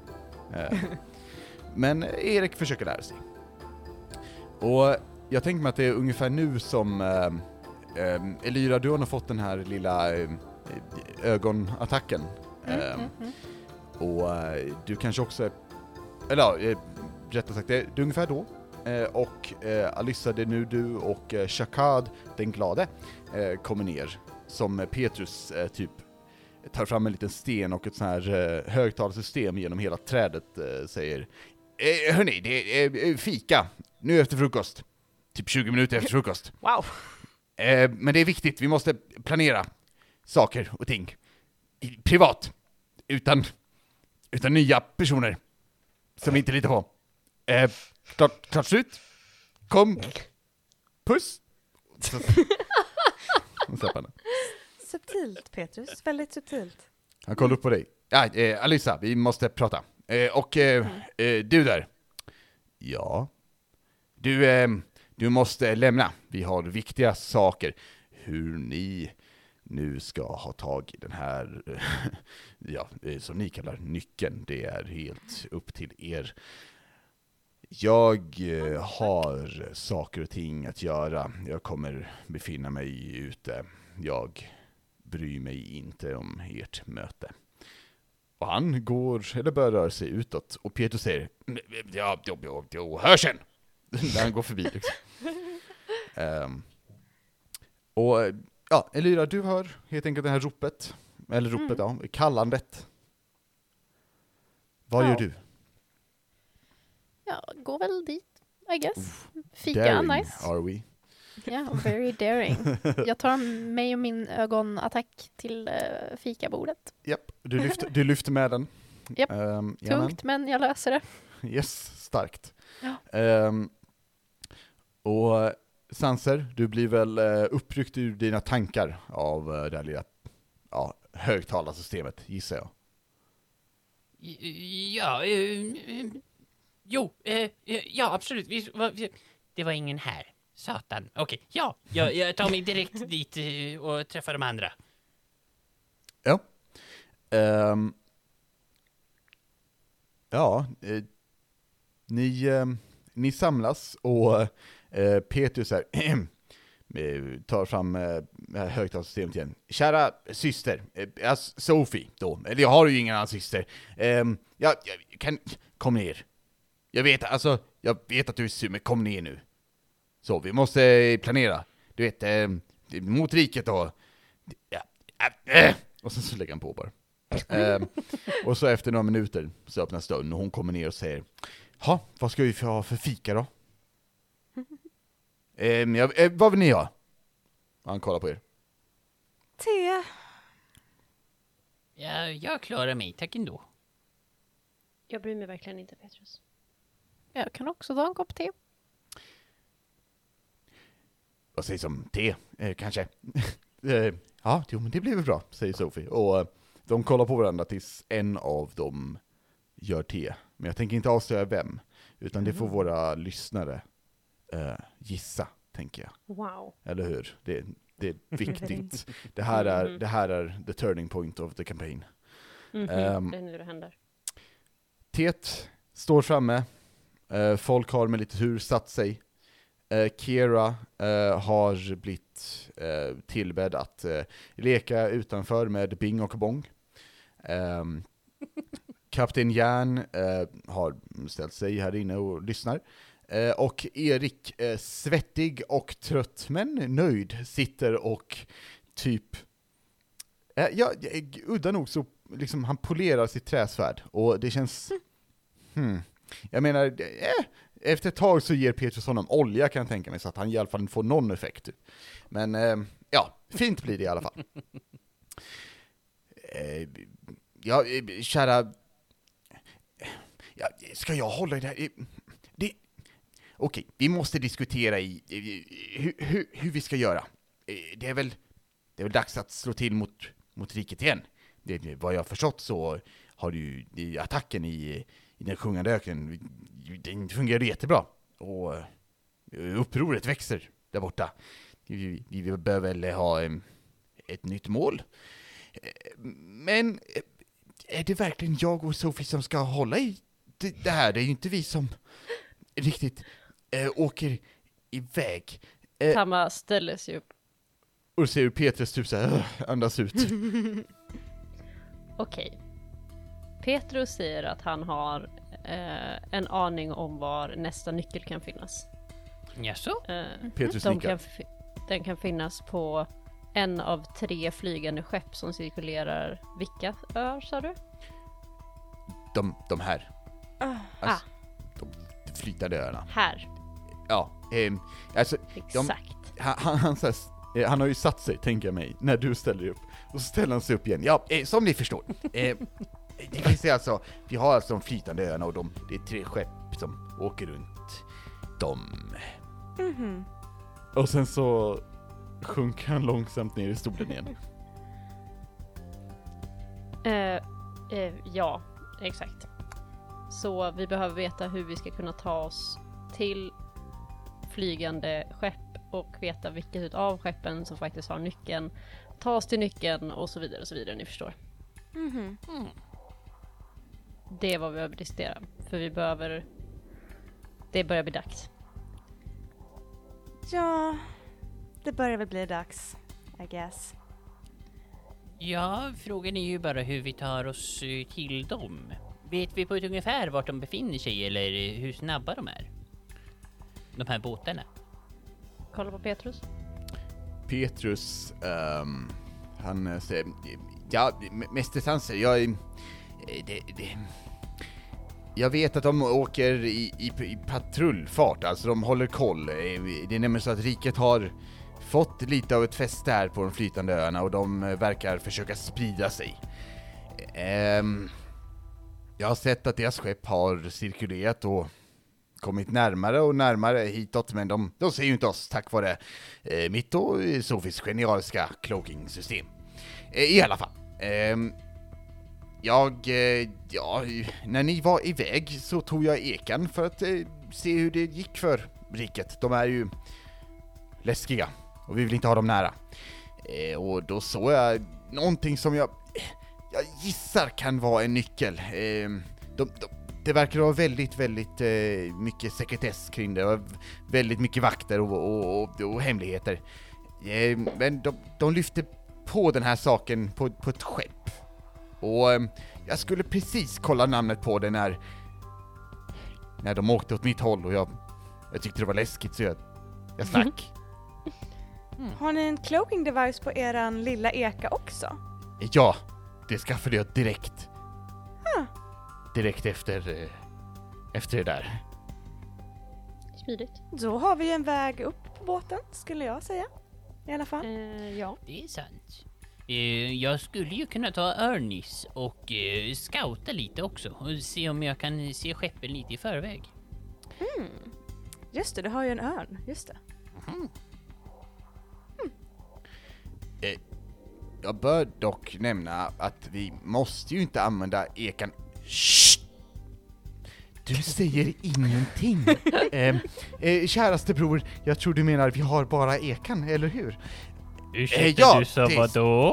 Men Erik försöker lära sig. Och jag tänker mig att det är ungefär nu som Elyra, du har fått den här lilla ögonattacken. Och du kanske också rättare sagt, det är ungefär då. Och Alyssa, det är nu du och Shakad, den glade, kommer ner. Som Petrus typ tar fram en liten sten och ett sån här högtalarsystem genom hela trädet säger hörni, det är fika nu efter frukost. Typ 20 minuter efter frukost. Wow. Men det är viktigt, vi måste planera saker och ting. Privat. Utan nya personer som vi inte litar på. Klart slut. Kom. Puss. Subtilt, Petrus. Väldigt subtilt. Han kollar upp på dig. Ja, Alyssa, vi måste prata. Du där. Ja. Du måste lämna. Vi har viktiga saker. Hur ni nu ska ha tag i den här som ni kallar nyckeln. Det är helt upp till er. Jag har saker och ting att göra. Jag kommer befinna mig ute. Jag bryr mig inte om ert möte. Och han börjar röra sig utåt. Och Peter säger, hör sen! När han går förbi liksom. Elyra, du hör helt enkelt det här ropet. Eller ropet, kallandet. Vad gör du? Ja, gå väl dit, I guess. Fika, Daring, nice. are we? Ja, very daring. Jag tar mig och min ögonattack till fikabordet. Japp, du lyfter med den. Japp, Jamen. tungt men jag löser det. Yes, starkt. Ja. Och Sanser, du blir väl uppryckt ur dina tankar av det här lilla högtalarsystemet, gissar jag. Ja, absolut. Det var ingen här. Satan. Okej, jag tar mig direkt dit och träffar de andra. Ja. Ni samlas och Petrus här. tar fram högtalarsystemet igen. Kära syster, Sophie då. Eller jag har ju ingen annan syster. Jag kan... Kom ner. Jag vet att du är sur, men kom ner nu. Så, vi måste planera. Du vet, mot riket då. Och så lägger han på bara. Och så efter några minuter så öppnas dörren och hon kommer ner och säger: "Ha, vad ska vi ha för fika då?" Vad vill ni ha? Han kollar på er. Te. Ja, jag klarar mig, tack ändå. Jag bryr mig verkligen inte, Petrus. Jag kan också ta en kopp te. Vad sägs om te, kanske? Ja, jo, men det blir väl bra, säger Sophie. Och de kollar på varandra tills en av dem gör te. Men jag tänker inte avslöja vem, utan det får våra lyssnare gissa, tänker jag. Wow. Eller hur? Det är viktigt. Det här är the turning point of the campaign. Det är nu det händer. Teet står framme. Folk har med lite tur satt sig. Kira har blivit tillbedd att leka utanför med Bing och Bong. Kapten Järn har ställt sig här inne och lyssnar. Och Erik, svettig och trött men nöjd, sitter och typ udda nog så liksom han polerar sitt träsvärd och det känns jag menar efter ett tag så ger Petrus honom olja, kan jag tänka mig, så att han i alla fall får någon effekt. Men ja, fint blir det i alla fall. Ja, kära, ska jag hålla i det här? Okej, vi måste diskutera hur vi ska göra. Det är väl dags att slå till mot riket igen. Vad jag har förstått så har du i attacken i den sjungande öknen, den fungerar jättebra. Och upproret växer där borta. Vi behöver väl ha ett nytt mål. Men är det verkligen jag och Sophie som ska hålla i det här? Det är ju inte vi som riktigt åker iväg. Tamma ställer sig upp. Och ser hur Petrus typ såhär andas ut. Okej. Petrus säger att han har en aning om var nästa nyckel kan finnas. Jaså? Petrus Den kan finnas på en av 3 flygande skepp som cirkulerar. Vilka öar, sa du? De här. Alltså, de flytande öarna. Här. Ja, alltså Exakt. han har ju satt sig, tänker jag mig, när du ställer dig upp. Och så ställer han sig upp igen. Ja, som ni förstår. Det finns alltså, vi har alltså de flytande öarna och det är 3 skepp som åker runt dem. Och sen så sjunker han långsamt ner i stolen igen. Ja, exakt. Så vi behöver veta hur vi ska kunna ta oss till flygande skepp och veta vilket av skeppen som faktiskt har nyckeln, ta oss till nyckeln och så vidare, ni förstår. Det är vad vi behöver diskutera, för det börjar bli dags. Ja, det börjar väl bli dags, I guess. Ja, frågan är ju bara hur vi tar oss till dem. Vet vi på ett ungefär vart de befinner sig eller hur snabba de är? De här båtarna. Kolla på Petrus. Petrus, han säger, ja, Mäster Sanser, jag vet att de åker i patrullfart, alltså de håller koll. Det är nämligen så att riket har fått lite av ett fäste här på de flytande öarna och de verkar försöka sprida sig. Jag har sett att deras skepp har cirkulerat och kommit närmare och närmare hitåt, men de ser ju inte oss tack vare mitt och Sophies genialiska cloaking-system. I alla fall. När ni var iväg så tog jag ekan för att se hur det gick för riket. De är ju läskiga och vi vill inte ha dem nära. Och då såg jag någonting som jag gissar kan vara en nyckel. det verkar vara väldigt mycket sekretess kring det och väldigt mycket vakter och hemligheter. Men de lyfte på den här saken på ett skepp. Och jag skulle precis kolla namnet på det när de åkte åt mitt håll och jag tyckte det var läskigt så jag snack. Har ni en cloaking device på eran lilla eka också? Ja, det skaffade jag direkt. Direkt efter det där. Smidigt. Då har vi en väg upp på båten, skulle jag säga. I alla fall. Ja. Det är sant. Jag skulle ju kunna ta Örnis och scouta lite också och se om jag kan se skeppen lite i förväg. Just det, du har ju en örn. Just det. Jag bör dock nämna att vi måste ju inte använda ekan. Shh! Du säger ingenting. Käraste bror, jag tror du menar vi har bara ekan, eller hur? Ursäkta, ja, du sa det- vadå?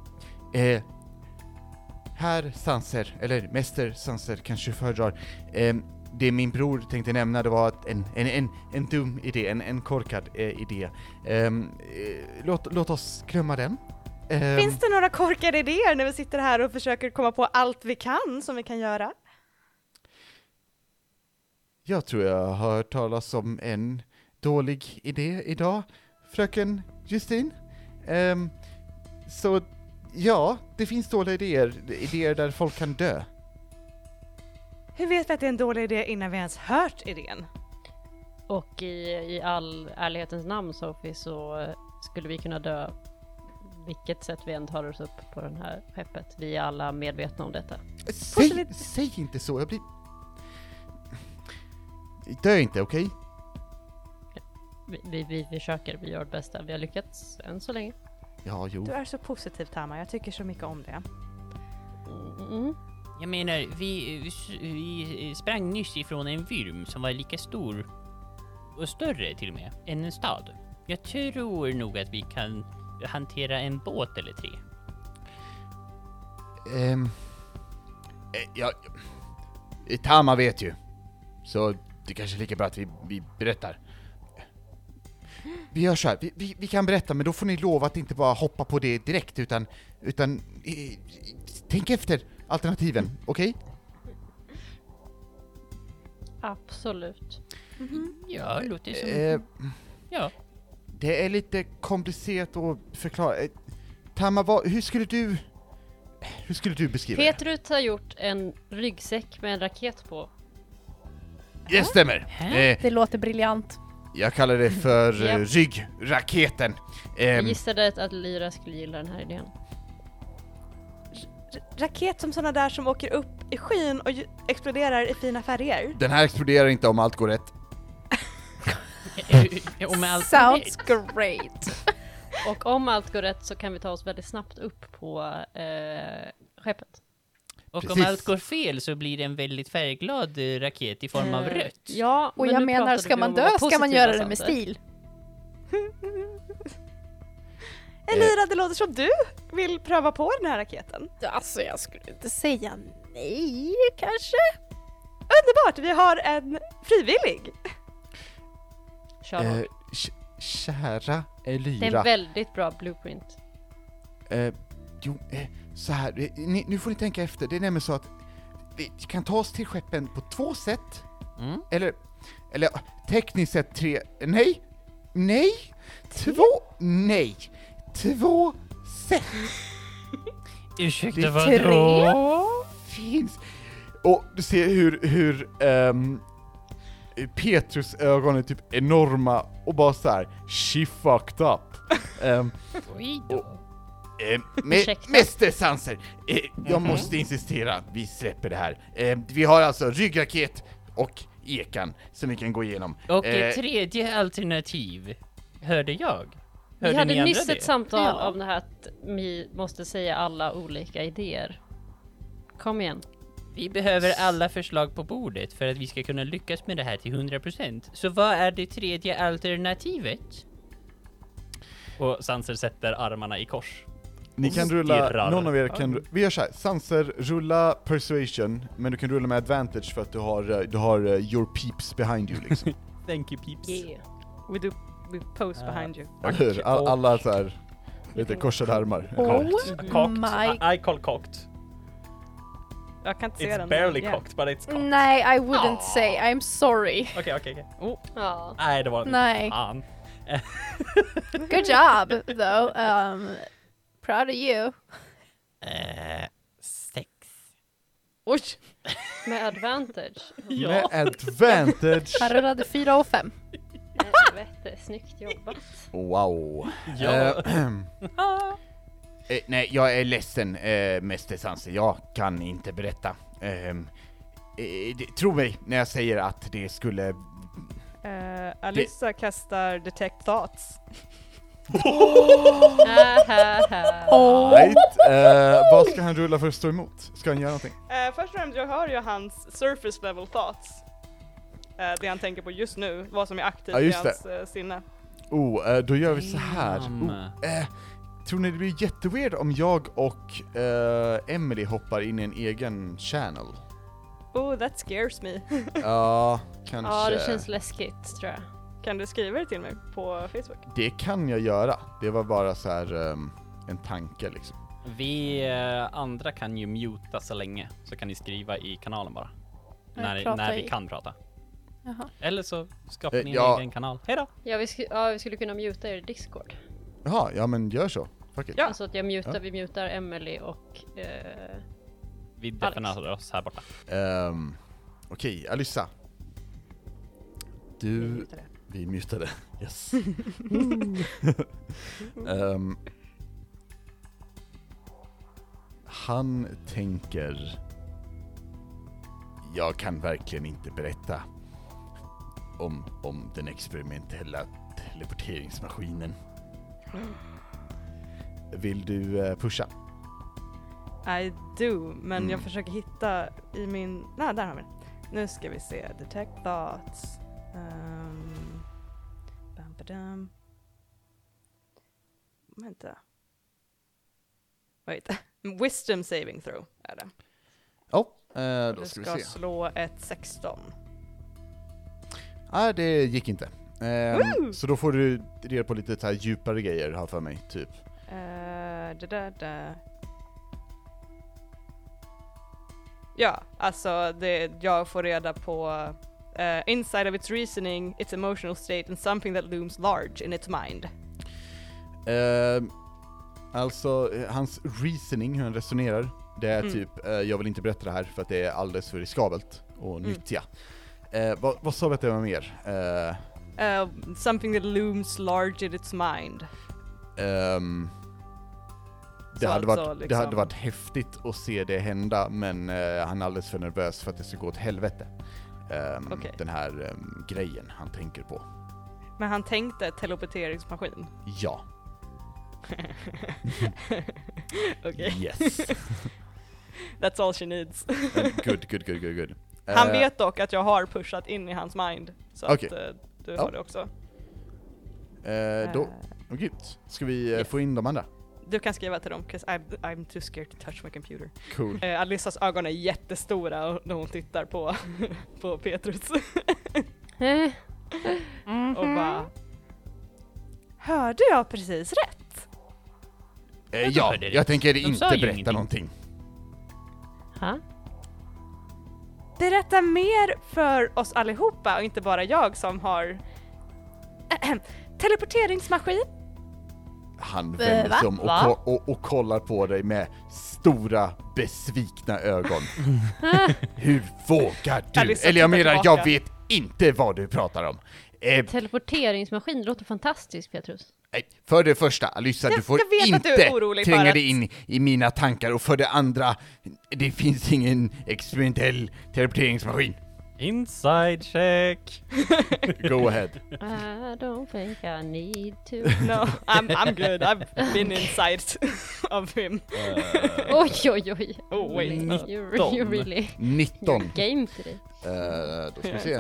Herr Sanser, eller Mäster Sanser kanske föredrar. Det min bror tänkte nämna det var att en dum idé, en korkad idé. Låt oss glömma den. Finns det några korkade idéer när vi sitter här och försöker komma på allt vi kan som vi kan göra? Jag tror jag har hört talas om en dålig idé idag, fröken Justine. Så ja, det finns dåliga idéer där folk kan dö. Hur vet vi att det är en dålig idé innan vi ens hört idén? Och i all ärlighetens namn, Sophie, så skulle vi kunna dö vilket sätt vi än tar oss upp på den här skeppet. Vi är alla medvetna om detta. Säg inte så, jag blir... Dö inte, okej? Vi försöker, vi gör det bästa. Vi har lyckats än så länge. Ja, jo. Du är så positiv, Tama. Jag tycker så mycket om det. Jag menar, vi sprang nyss ifrån en vyrm som var lika stor och större till och med än en stad. Jag tror nog att vi kan hantera en båt eller 3. Ja, Tama vet ju. Så det kanske är lika bra att vi berättar. Vi gör så här, vi kan berätta, men då får ni lova att inte bara hoppa på det direkt, utan tänk efter alternativen, okej? Absolut. Ja, det låter som... ja. Det är lite komplicerat att förklara. Tama, hur skulle du beskriva det? Petrus har gjort en ryggsäck med en raket på. Det stämmer. Det låter briljant. Jag kallar det för Japp. ryggraketen. Jag gissade att Lyra skulle gilla den här idén. Raket som sådana där som åker upp i skyn och exploderar i fina färger. Den här exploderar inte om allt går rätt. Och med allt Sounds great. Och om allt går rätt så kan vi ta oss väldigt snabbt upp på skeppet. Och Precis. om allt går fel så blir det en väldigt färgglad raket i form av rött. Ja, Och men jag nu menar, pratade ska vi man om dö att vara ska man positiva göra det med saker. stil. Elira, det låter som du vill pröva på den här raketen. Alltså jag skulle inte säga nej kanske. Underbart, vi har en frivillig. Kör hårt. Kära Det är Elira. en väldigt bra blueprint. Så här, nu får ni tänka efter. Det är nämligen så att vi kan ta oss till skeppen på 2 sätt. Mm. Eller tekniskt sett 3. Nej. 2 sätt Ursäkta, Det är vadå? finns. Och du ser hur Petrus ögon är typ enorma och bara så här: she fucked up. Oj då. Ursäkta? Mäster Sanser, jag måste insistera att vi släpper det här. Vi har alltså ryggraket och ekan som vi kan gå igenom. Och ett tredje alternativ, hörde jag. Vi Hörde hade ni andra nyss det? ett samtal Ja. om det här att vi måste säga alla olika idéer. Kom igen. Vi behöver alla förslag på bordet för att vi ska kunna lyckas med det här till 100%. Så vad är det tredje alternativet? Och Sanser sätter armarna i kors. Ni kan rulla, Stirrar. någon av er kan, vi gör så här, Sanser, rulla persuasion, men du kan rulla med advantage för att du har your peeps behind you liksom. Thank you peeps. Yeah. We pose behind you. Eller hur? Alla så här, lite korsade armar. Cocked. my... I call cocked. Jag kan inte se It's den. barely Yeah. cocked, but it's cocked. Nej, I wouldn't say. I'm sorry. Okej. Ja. Nej, det var Nej. fan. Good job, though. Proud of you. 6. Oj! Med advantage. Med advantage. Han rullade 4 och 5. Helvete, snyggt jobbat. Wow. Ja. Nej, jag är ledsen, Mäster Sanser. Jag kan inte berätta. Tro mig när jag säger att det skulle... Alyssa kastar detect thoughts. Right. Vad ska han rulla för att stå emot? Ska han göra någonting? Först och främst, jag hör ju hans surface level thoughts. Det han tänker på just nu, vad som är aktivt Ja, i just hans sinne. Då gör vi så här. Tror ni det blir jätteweird om jag och Emily hoppar in i en egen channel? Oh, that scares me. Ja, kanske. Ja, det känns läskigt tror jag. Kan du skriva det till mig på Facebook? Det kan jag göra. Det var bara så här en tanke liksom. Vi andra kan ju muta så länge, så kan ni skriva i kanalen bara. När vi kan prata. Jaha. Eller så skapar ni en ja. egen kanal. Hej då! Ja, vi skulle kunna muta er Discord. Jaha, ja men gör så. Fuck it. Ja. Alltså att vi mutar Emily och... Vi definierar oss här borta. Okej, Alyssa. Vi mutade. Yes. Han tänker... Jag kan verkligen inte berätta om den experimentella teleporteringsmaskinen. Vill du pusha? I do, men jag försöker hitta i min... Nej, där har vi den. Nu ska vi se. Detect thoughts. Bam. Vänta. Wait. Wisdom saving throw är det. Då ska vi Du se. ska slå ett 16. Nej, det gick inte. Så då får du reda på lite så här djupare grejer här för mig, typ. Ja, alltså jag får reda på inside of its reasoning, its emotional state and something that looms large in its mind. Alltså, hans reasoning, hur han resonerar, det är typ, jag vill inte berätta det här för att det är alldeles för riskabelt och nyttja. Vad sa vi att det var mer? Something that looms large in its mind. Det hade alltså varit häftigt att se det hända, men han är alldeles för nervös för att det ska gå åt helvete. Okej. Den här grejen han tänker på. Men han tänkte teleporteringsmaskin. Ja. Okej. Yes. That's all she needs. Good. Han vet dock att jag har pushat in i hans mind. Så Okej. att du har det också. Okej. Ska vi få in de andra? Du kan skriva till dem, 'cause I'm too scared to touch my computer. Cool. Alissas ögon är jättestora när hon tittar på, på Petrus. Och bara... Hörde jag precis rätt? Ja, hörde jag rätt. tänker De inte sa ju berätta ingenting. någonting. Ha? Berätta mer för oss allihopa och inte bara jag som har teleporteringsmaskin. Han vänder sig om och kollar på dig med stora besvikna ögon. Hur vågar du? Alissa Eller jag tittar menar, tillbaka. jag vet inte vad du pratar om. Teleporteringsmaskin låter fantastiskt, Petrus. För det första, Alyssa, du får jag vet att du är inte orolig för tränga att- dig in i mina tankar. Och för det andra, det finns ingen experimentell teleporteringsmaskin. Inside check! Go ahead. I don't think I need to. No, I'm good. I've been inside of him. Oj. Oh wait. You really 19. game today. Då ska vi se.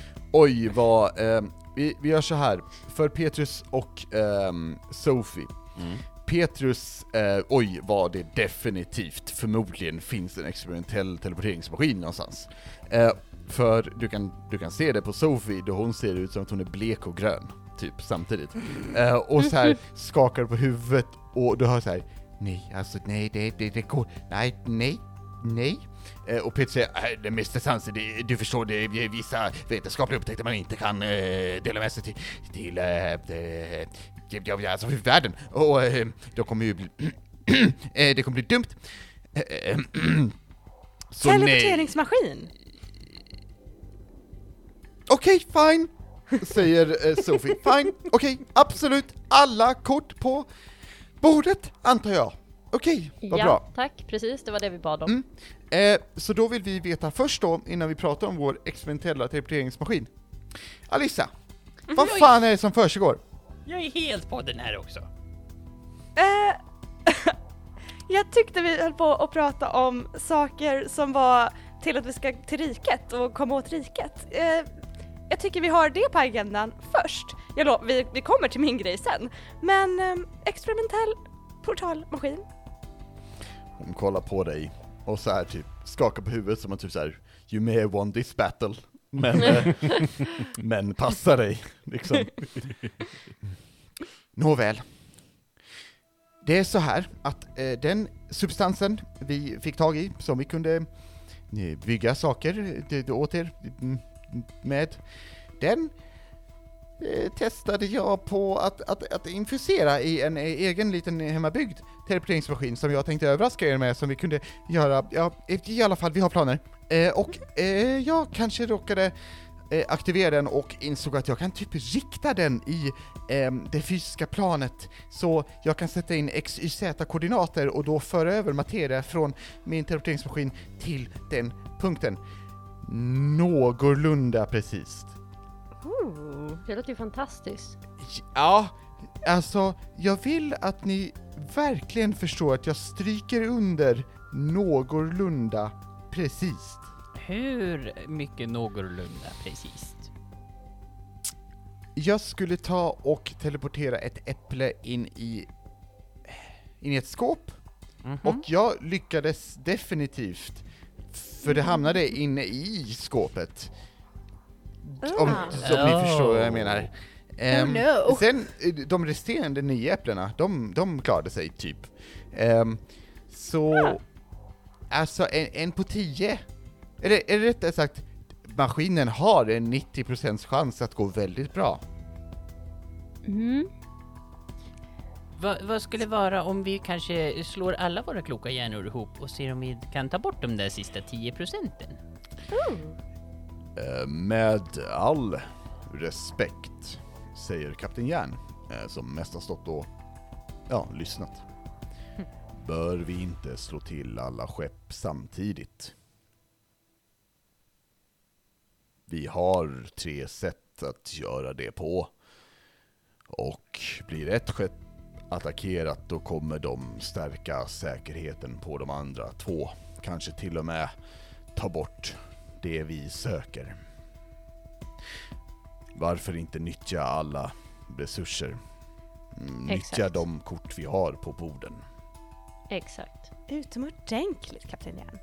Oj, vad... vi gör så här. För Petrus och Sophie. Petrus, oj vad det definitivt förmodligen finns en experimentell teleporteringsmaskin någonstans. För du kan se det på Sophie då hon ser ut som att hon är blek och grön, typ samtidigt. Och så här skakar på huvudet och du hör så här: nej, alltså nej, det går, nej. Och Peter säger, det Mr. Sanse, du förstår, det är vissa vetenskapliga upptäckter man inte kan dela med sig till alltså för världen. Och då kommer ju bli det kommer bli dumt. Så teleporteringsmaskin. Okej, fine, säger Sophie. Fine, okej, absolut. Alla kort på bordet, antar jag. Okej, vad bra. Tack, precis, det var det vi bad om. Så då vill vi veta först då, innan vi pratar om vår experimentella teleporteringsmaskin. Alissa, vad fan är det som försiggår? Jag är helt på den här också. Jag tyckte vi höll på att prata om saker som var till att vi ska till riket och komma åt riket. Jag tycker vi har det på agendan först. Vi kommer till min grej sen. Men experimentell portalmaskin. Hon kollar på dig och så här typ skakar på huvudet som att typ så här: you may have won this battle. Men passa dig liksom. Nåväl. Det är så här att den substansen vi fick tag i som vi kunde bygga saker åt er med, den testade jag på att infusera i en egen liten hemmabyggd teleporteringsmaskin som jag tänkte överraska er med, som vi kunde göra, ja, i alla fall, vi har planer. Och jag kanske råkade aktivera den och insåg att jag kan typ rikta den i det fysiska planet, så jag kan sätta in XYZ-koordinater och då föra över materia från min teleporteringsmaskin till den punkten. Någorlunda precis. Det låter ju fantastiskt. Ja, alltså jag vill att ni verkligen förstår att jag stryker under någorlunda precis. Hur mycket någorlunda precis? Jag skulle ta och teleportera ett äpple in i ett skåp. Och jag lyckades definitivt, för det hamnade inne i skåpet. Om ni förstår vad jag menar. Sen de resterande 9 äpplena, de klarade sig typ. Så alltså en på 10. Är det rättare sagt, maskinen har en 90% chans att gå väldigt bra. Vad skulle vara om vi kanske slår alla våra kloka hjärnor ihop och ser om vi kan ta bort de där sista 10%? Med all respekt, säger Kapten Järn, som mest har stått och lyssnat. Bör vi inte slå till alla skepp samtidigt? Vi har 3 sätt att göra det på. Och blir ett skepp attackerat, då kommer de stärka säkerheten på de andra 2. Kanske till och med ta bort det vi söker. Varför inte nyttja alla resurser? Nyttja de kort vi har på borden. Exakt. Utomordentligt, Kapten Järn.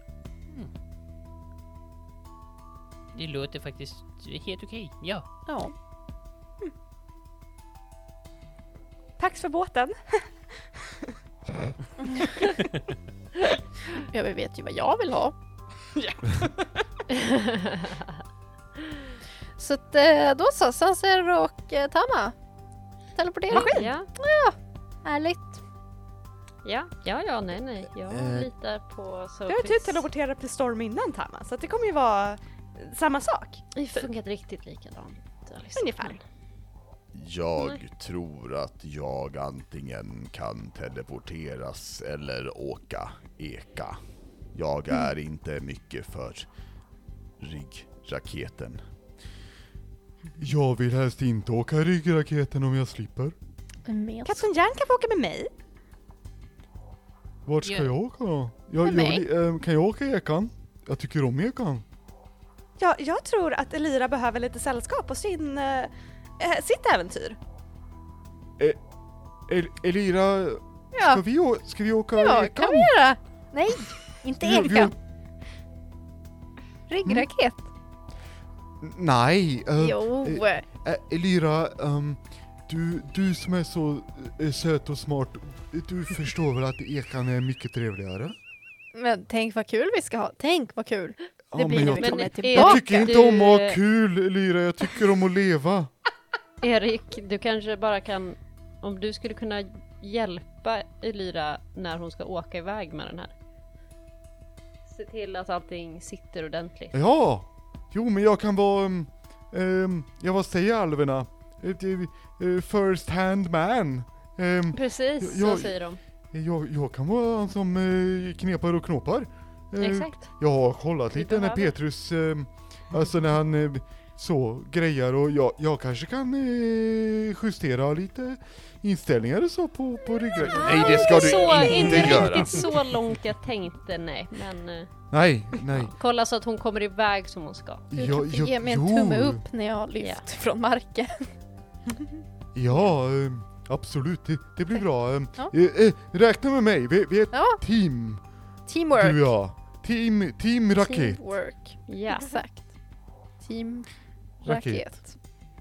Det låter faktiskt helt okej. Ja. Tack för båten. Jag vet ju vad jag vill ha. Så att, då så, Sanser och Tama. Teleportering. Maskin. Ja. Härligt. Ja, nej. Jag litar på Du har ju teleporterat till storm innan, Tama, så att det kommer ju vara samma sak. Det funkat riktigt likadant. Ungefär. Jag tror att jag antingen kan teleporteras eller åka eka. Jag är inte mycket för ryggraketen. Jag vill helst inte åka ryggraketen om jag slipper. Kapten Järn kan få åka med mig. Vart ska jag åka då? Kan jag åka ekan? Jag tycker om ekan. Ja, jag tror att Elira behöver lite sällskap på sitt äventyr. Elira, Ja, ska vi åka ja ekan? kan vi göra. Nej, inte Vi- vi- ekan. Ryggraket. Nej, Jo. Elira, du som är så söt och smart, du förstår väl att ekan är mycket trevligare? Men tänk vad kul vi ska ha. Tänk vad kul. Ja, Det blir men när jag, vi kommer Men tillbaka. jag tycker inte Du- om att ha kul, Elira, jag tycker om att leva. Erik, du kanske bara kan, om du skulle kunna hjälpa Elira när hon ska åka iväg med den här. Se till att allting sitter ordentligt. Ja, jo men jag kan vara, vad säger alverna? First hand man. Precis, jag- så säger de. Jag kan vara han som knepar och knåpar. Exakt. Jag har kollat Vi lite när behöver. Petrus, alltså när han så grejar, och jag kanske kan justera lite inställningar och så på ryggen. Nej, det ska du inte göra. Riktigt så långt jag tänkte, nej. Men Nej. kolla så att hon kommer iväg som hon ska. Du kan få ge mig en tumme upp när jag har lyft från marken. Ja, absolut. Det blir bra. Ja. Räkna med mig. Vi är ett Ja, team. teamwork. Du och jag. Team raket. Teamwork. Ja. Exakt. Team Raket. raket.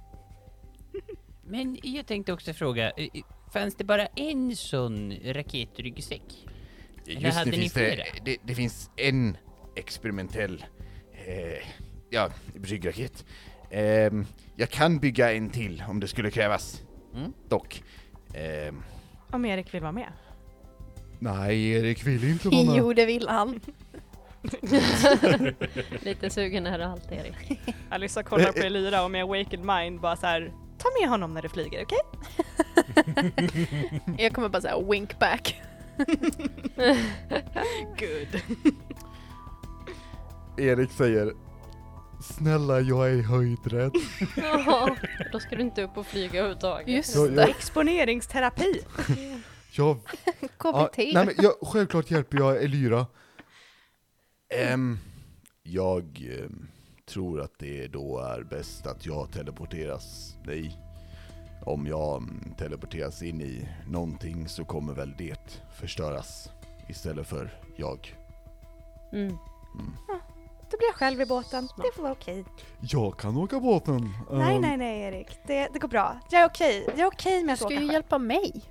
Men jag tänkte också fråga, fanns det bara en sån raketryggsäck? Eller Just hade nu ni finns flera? det finns en experimentell ryggraket. Jag kan bygga en till om det skulle krävas. Dock. Om Erik vill vara med. Nej, Erik vill inte vara med. Jo, det vill han. Lite sugen är du alltid, Erik. Alyssa kollar på Elira och med awakened mind bara så här: ta med honom när du flyger, okej? Jag kommer bara säga wink back. Good. Erik säger: snälla, jag är höjdrädd. Jaha, då ska du inte upp och flyga överhuvudtaget. Just Jag- det. Exponeringsterapi. Jag, KBT. nej, men självklart hjälper jag Elira. Jag tror att det då är bäst att jag teleporteras. Nej. Om jag teleporteras in i någonting så kommer väl det förstöras istället för jag. Mm. Då blir jag själv i båten. Det får vara okej. Jag kan åka båten. Nej Erik. Det går bra. Jag är okej. Jag är okej med Du att ska åka ju själv. hjälpa mig.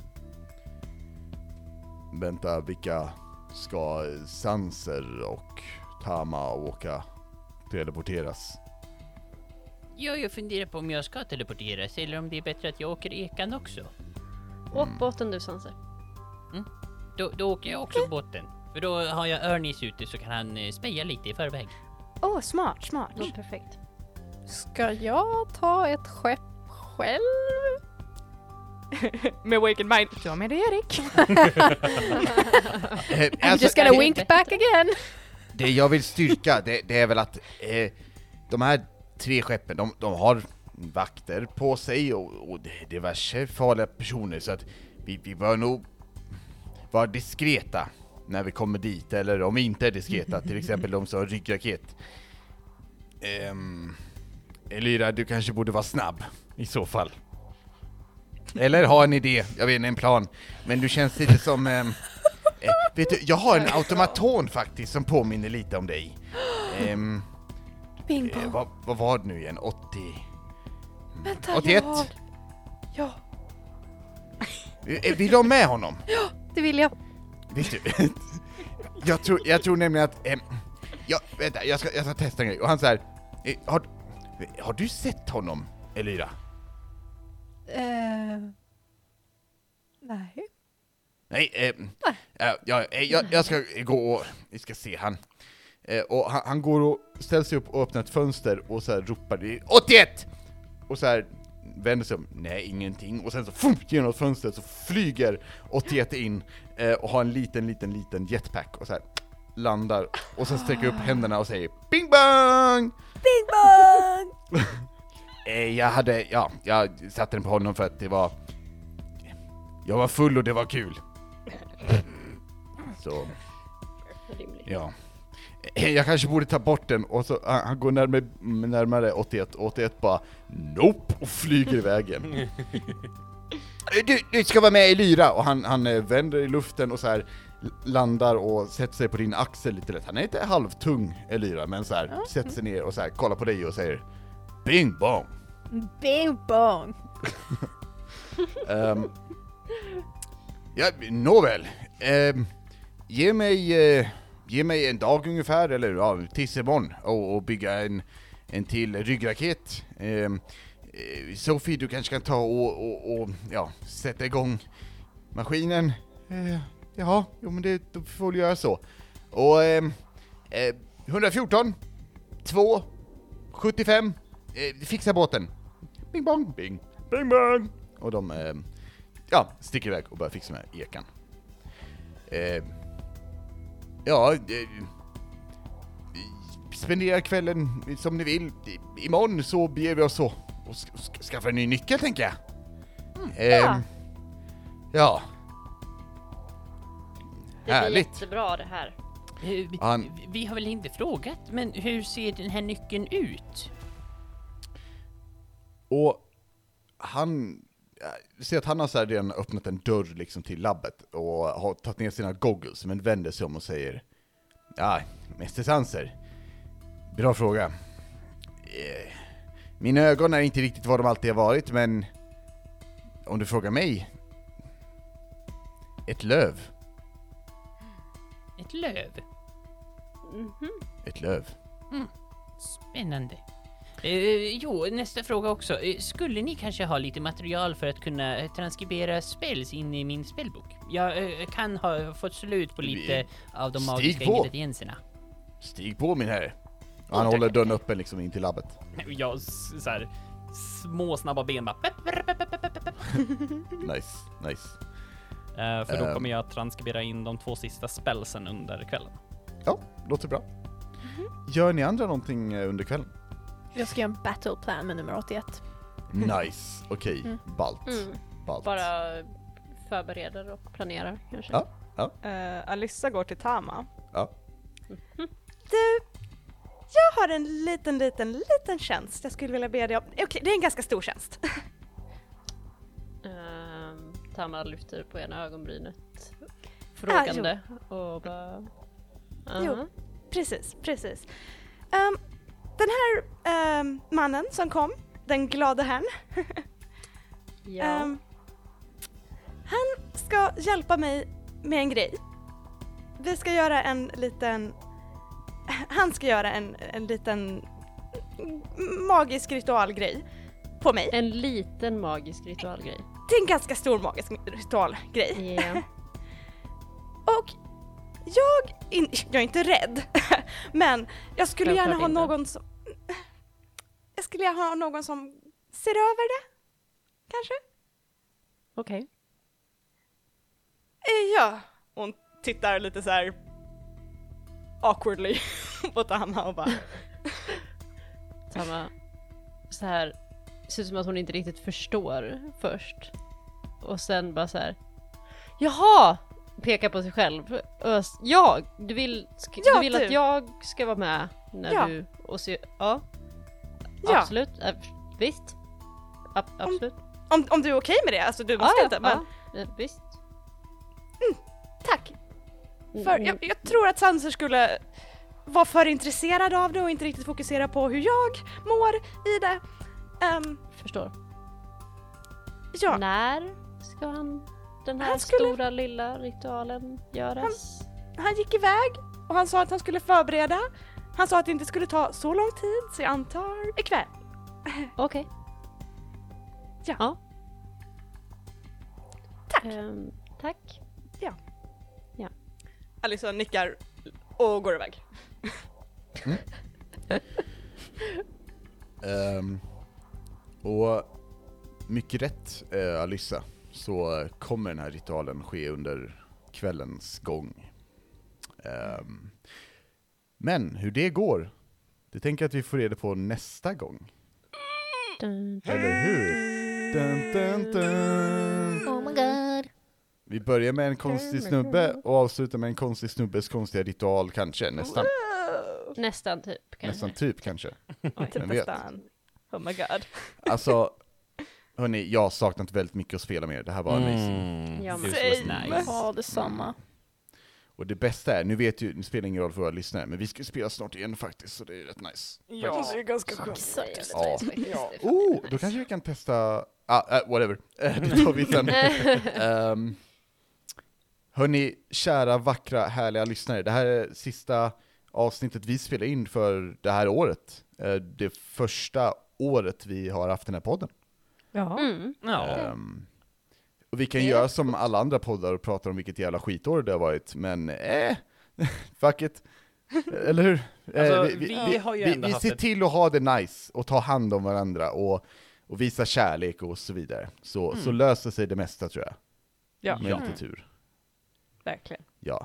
Vänta, vilka ska Sanser och Tama åka teleporteras? Jag funderar på om jag ska teleporteras eller om det är bättre att jag åker ekan också. Åk båten du, Sanser. Då åker jag också båten. För då har jag Örnis ute så kan han speja lite i förväg. Smart. Det är perfekt. Ska jag ta ett skepp själv? Med awakened mind. Jag med dig, Erik. I'm just gonna wink back again. Det jag vill styrka, det är väl att de här 3 skeppen, de har vakter på sig och diverse farliga personer, så att vi bör nog vara diskreta när vi kommer dit, eller om vi inte är diskreta, till exempel de som har ryggraket. Elira, du kanske borde vara snabb i så fall. Eller ha en idé, jag vet inte, en plan. Men du känns lite som... vet du, jag har en automaton faktiskt som påminner lite om dig. Bingo. Vad var det nu igen? 80... Vänta, 81? Ja, Vill du ha med honom? det vill jag. Vet du? jag tror nämligen att... vänta, jag ska testa en grej. Och han så här... har du sett honom, Elira? Nej. Nej, jag ska gå och... Vi ska se han. Och han går och ställer sig upp och öppnar ett fönster och så här ropar 81! Och så här vänder sig om, nej ingenting. Och sen så genom fönstret så flyger 81 in och har en liten jetpack och så här landar. Och sen sträcker upp händerna och säger bing bang! Bing bang! Jag satte den på honom för att det var... Jag var full och det var kul. Så, Rimligt. ja. Jag kanske borde ta bort den, och så han går närmare 81 bara nope och flyger iväg igen. Du ska vara med i Lyra! Och han vänder i luften och så här landar och sätter sig på din axel lite lätt. Han är inte halvtung, Lyra, men så här sätter sig ner och så här kollar på dig och säger Bing bong! Bing bong! Ja, nåväl. Ge mig en dag ungefär, eller tills imorgon, och bygga en till ryggraket. Sophie, du kanske kan ta och sätta igång maskinen. Men då får du göra så. Och 114 2 75 fixa båten. Bing bong, bing, bing bong. Och de sticker iväg och börjar fixa med ekan. Spendera kvällen som ni vill. Imorgon så beger vi oss så och skaffa en ny nyckel, tänker jag. Ja. Det Härligt. blir jättebra det här. Vi har väl inte frågat, men hur ser den här nyckeln ut? Och han ser att han har så här redan öppnat en dörr liksom till labbet och har tagit ner sina goggles, men vänder sig om och säger: Mäster Sanser, bra fråga. Mina ögon är inte riktigt vad de alltid har varit, men om du frågar mig, ett löv. Ett löv? Ett löv. Spännande. Nästa fråga också. Skulle ni kanske ha lite material för att kunna transkribera spells in i min spellbok? Jag kan ha fått slut på lite av de magiska ingredienserna. Stig på, min herre. Och han håller dörren öppen liksom in till labbet. Jag så här små snabba ben bara. Nice. För då kommer jag transkribera in de 2 sista spellsen under kvällen. Ja, låter bra. Gör ni andra någonting under kvällen? Jag ska göra en battle plan med nummer 81. Nice, okej. Balt. Bara förbereder och planerar kanske. Ja. Alyssa går till Tama. Ja. Du, jag har en liten tjänst jag skulle vilja be dig om. Okej, det är en ganska stor tjänst. Tama lyfter på ena ögonbrynet frågande och bara... Jo, precis. Den här mannen som kom, den glada herrn, han ska hjälpa mig med en grej. Vi ska göra han ska göra en liten magisk ritualgrej på mig. En liten magisk ritualgrej. Det är en ganska stor magisk ritualgrej. Yeah. Och jag är inte rädd, men jag skulle gärna ha någon som... Jag skulle gärna ha någon som ser över det, kanske? Okej. Ja, hon tittar lite så här awkwardly på Tama och bara... Tama så här, ser ut som att hon inte riktigt förstår först. Och sen bara så här: jaha! Pekar på sig själv. Du vill att jag ska vara med när du och se... Ja. Absolut. Visst. Absolut. Om du är okej med det, alltså du måste inte, men... visst. Tack. För jag tror att Sanser skulle vara för intresserad av det och inte riktigt fokusera på hur jag mår i det. Förstår. Ja. När ska den här stora lilla ritualen göras? Han gick iväg och han sa att han skulle förbereda. Han sa att det inte skulle ta så lång tid, så jag antar ikväll. Okej. Ja. Tack. Tack. Ja. Alyssa nickar och går iväg. Och mycket rätt, Alyssa, så kommer den här ritualen ske under kvällens gång. Men hur det går, det tänker jag att vi får reda på nästa gång. Eller hur? Dun, dun, dun. Oh my god. Vi börjar med en konstig snubbe och avslutar med en konstig snubbes konstiga ritual, kanske, nästan. Nästan typ, kanske. Nästan typ, kanske. Typ nästan. Oh my god. Alltså, hörni, jag har saknat väldigt mycket att spela med er. Det här var amazing. Ja, men- This was nice. Ja, detsamma. Och det bästa är, nu spelar ingen roll för våra lyssnare, men vi ska spela snart igen faktiskt, så det är rätt nice. Ja, det är ganska skönt. Faktiskt. Ja. Ja. Då kanske vi kan testa, whatever, det tar vi sen. Hörni, kära, vackra, härliga lyssnare, det här är sista avsnittet vi spelar in för det här året. Det första året vi har haft den här podden. Ja. Ja. Och vi kan göra som alla andra poddar och prata om vilket jävla skitår det har varit, men fuck it. Eller hur? Alltså, vi har ju ändå vi haft ser till att ha det nice och ta hand om varandra och visa kärlek och så vidare. Så löser sig det mesta, tror jag. Ja, Med lite tur. verkligen. Ja.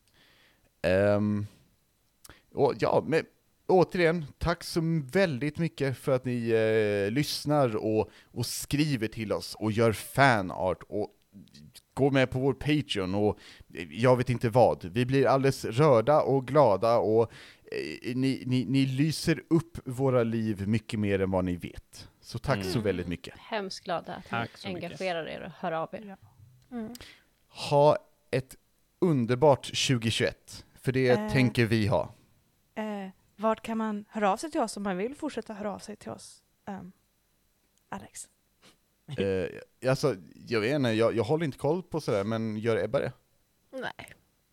Och ja, men återigen, tack så väldigt mycket för att ni lyssnar och skriver till oss och gör fanart och går med på vår Patreon och jag vet inte vad. Vi blir alldeles rörda och glada och ni lyser upp våra liv mycket mer än vad ni vet. Så tack så väldigt mycket. Hemskt glada att Tack ni så mycket. engagerar er och hör av er. Ha ett underbart 2021, för det tänker vi ha. Vart kan man höra av sig till oss om man vill fortsätta höra av sig till oss? Alex? Alltså, jag vet inte, jag håller inte koll på sådär, men gör Ebba det? Nej.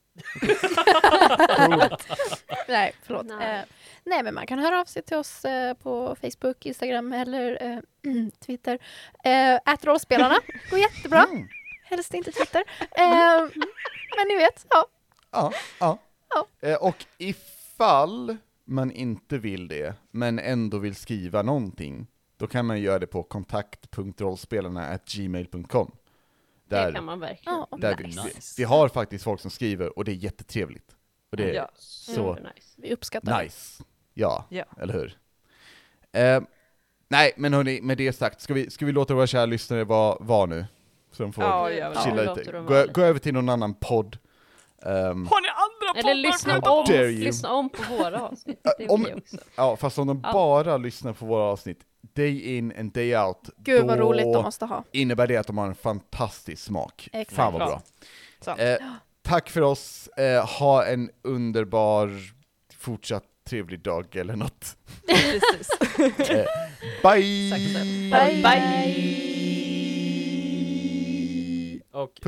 Nej, förlåt. Nej. Nej, men man kan höra av sig till oss på Facebook, Instagram eller Twitter. @rollspelarna går jättebra. Helst inte Twitter. Men ni vet, ja. Ja. Och ifall man inte vill det, men ändå vill skriva någonting, då kan man göra det på kontakt.rollspelarna@gmail.com. Det kan man verkligen. Ja, Där Nice. vi har faktiskt folk som skriver, och det är jättetrevligt. Och det är Ja. så Nice. Vi uppskattar det. nice. Ja, Ja. eller hur? Nej, men hörni, med det sagt, ska vi låta våra kära lyssnare vara nu? Så de får Ja, jag vill. chilla Ja, lite. låter dem vara Gå över till någon annan podd. Har ni andra Eller lyssna How dare you. lyssna om på våra avsnitt. Det är Om- okej också. Ja, fast om de Ja. bara lyssnar på våra avsnitt day in and day out, Gud vad då roligt de måste ha. innebär det att de har en fantastisk smak. Exakt. Fan vad Ja. bra. Sant. Tack för oss, ha en underbar fortsatt trevlig dag eller något. Precis. Bye! Exakt så. Bye. Bye.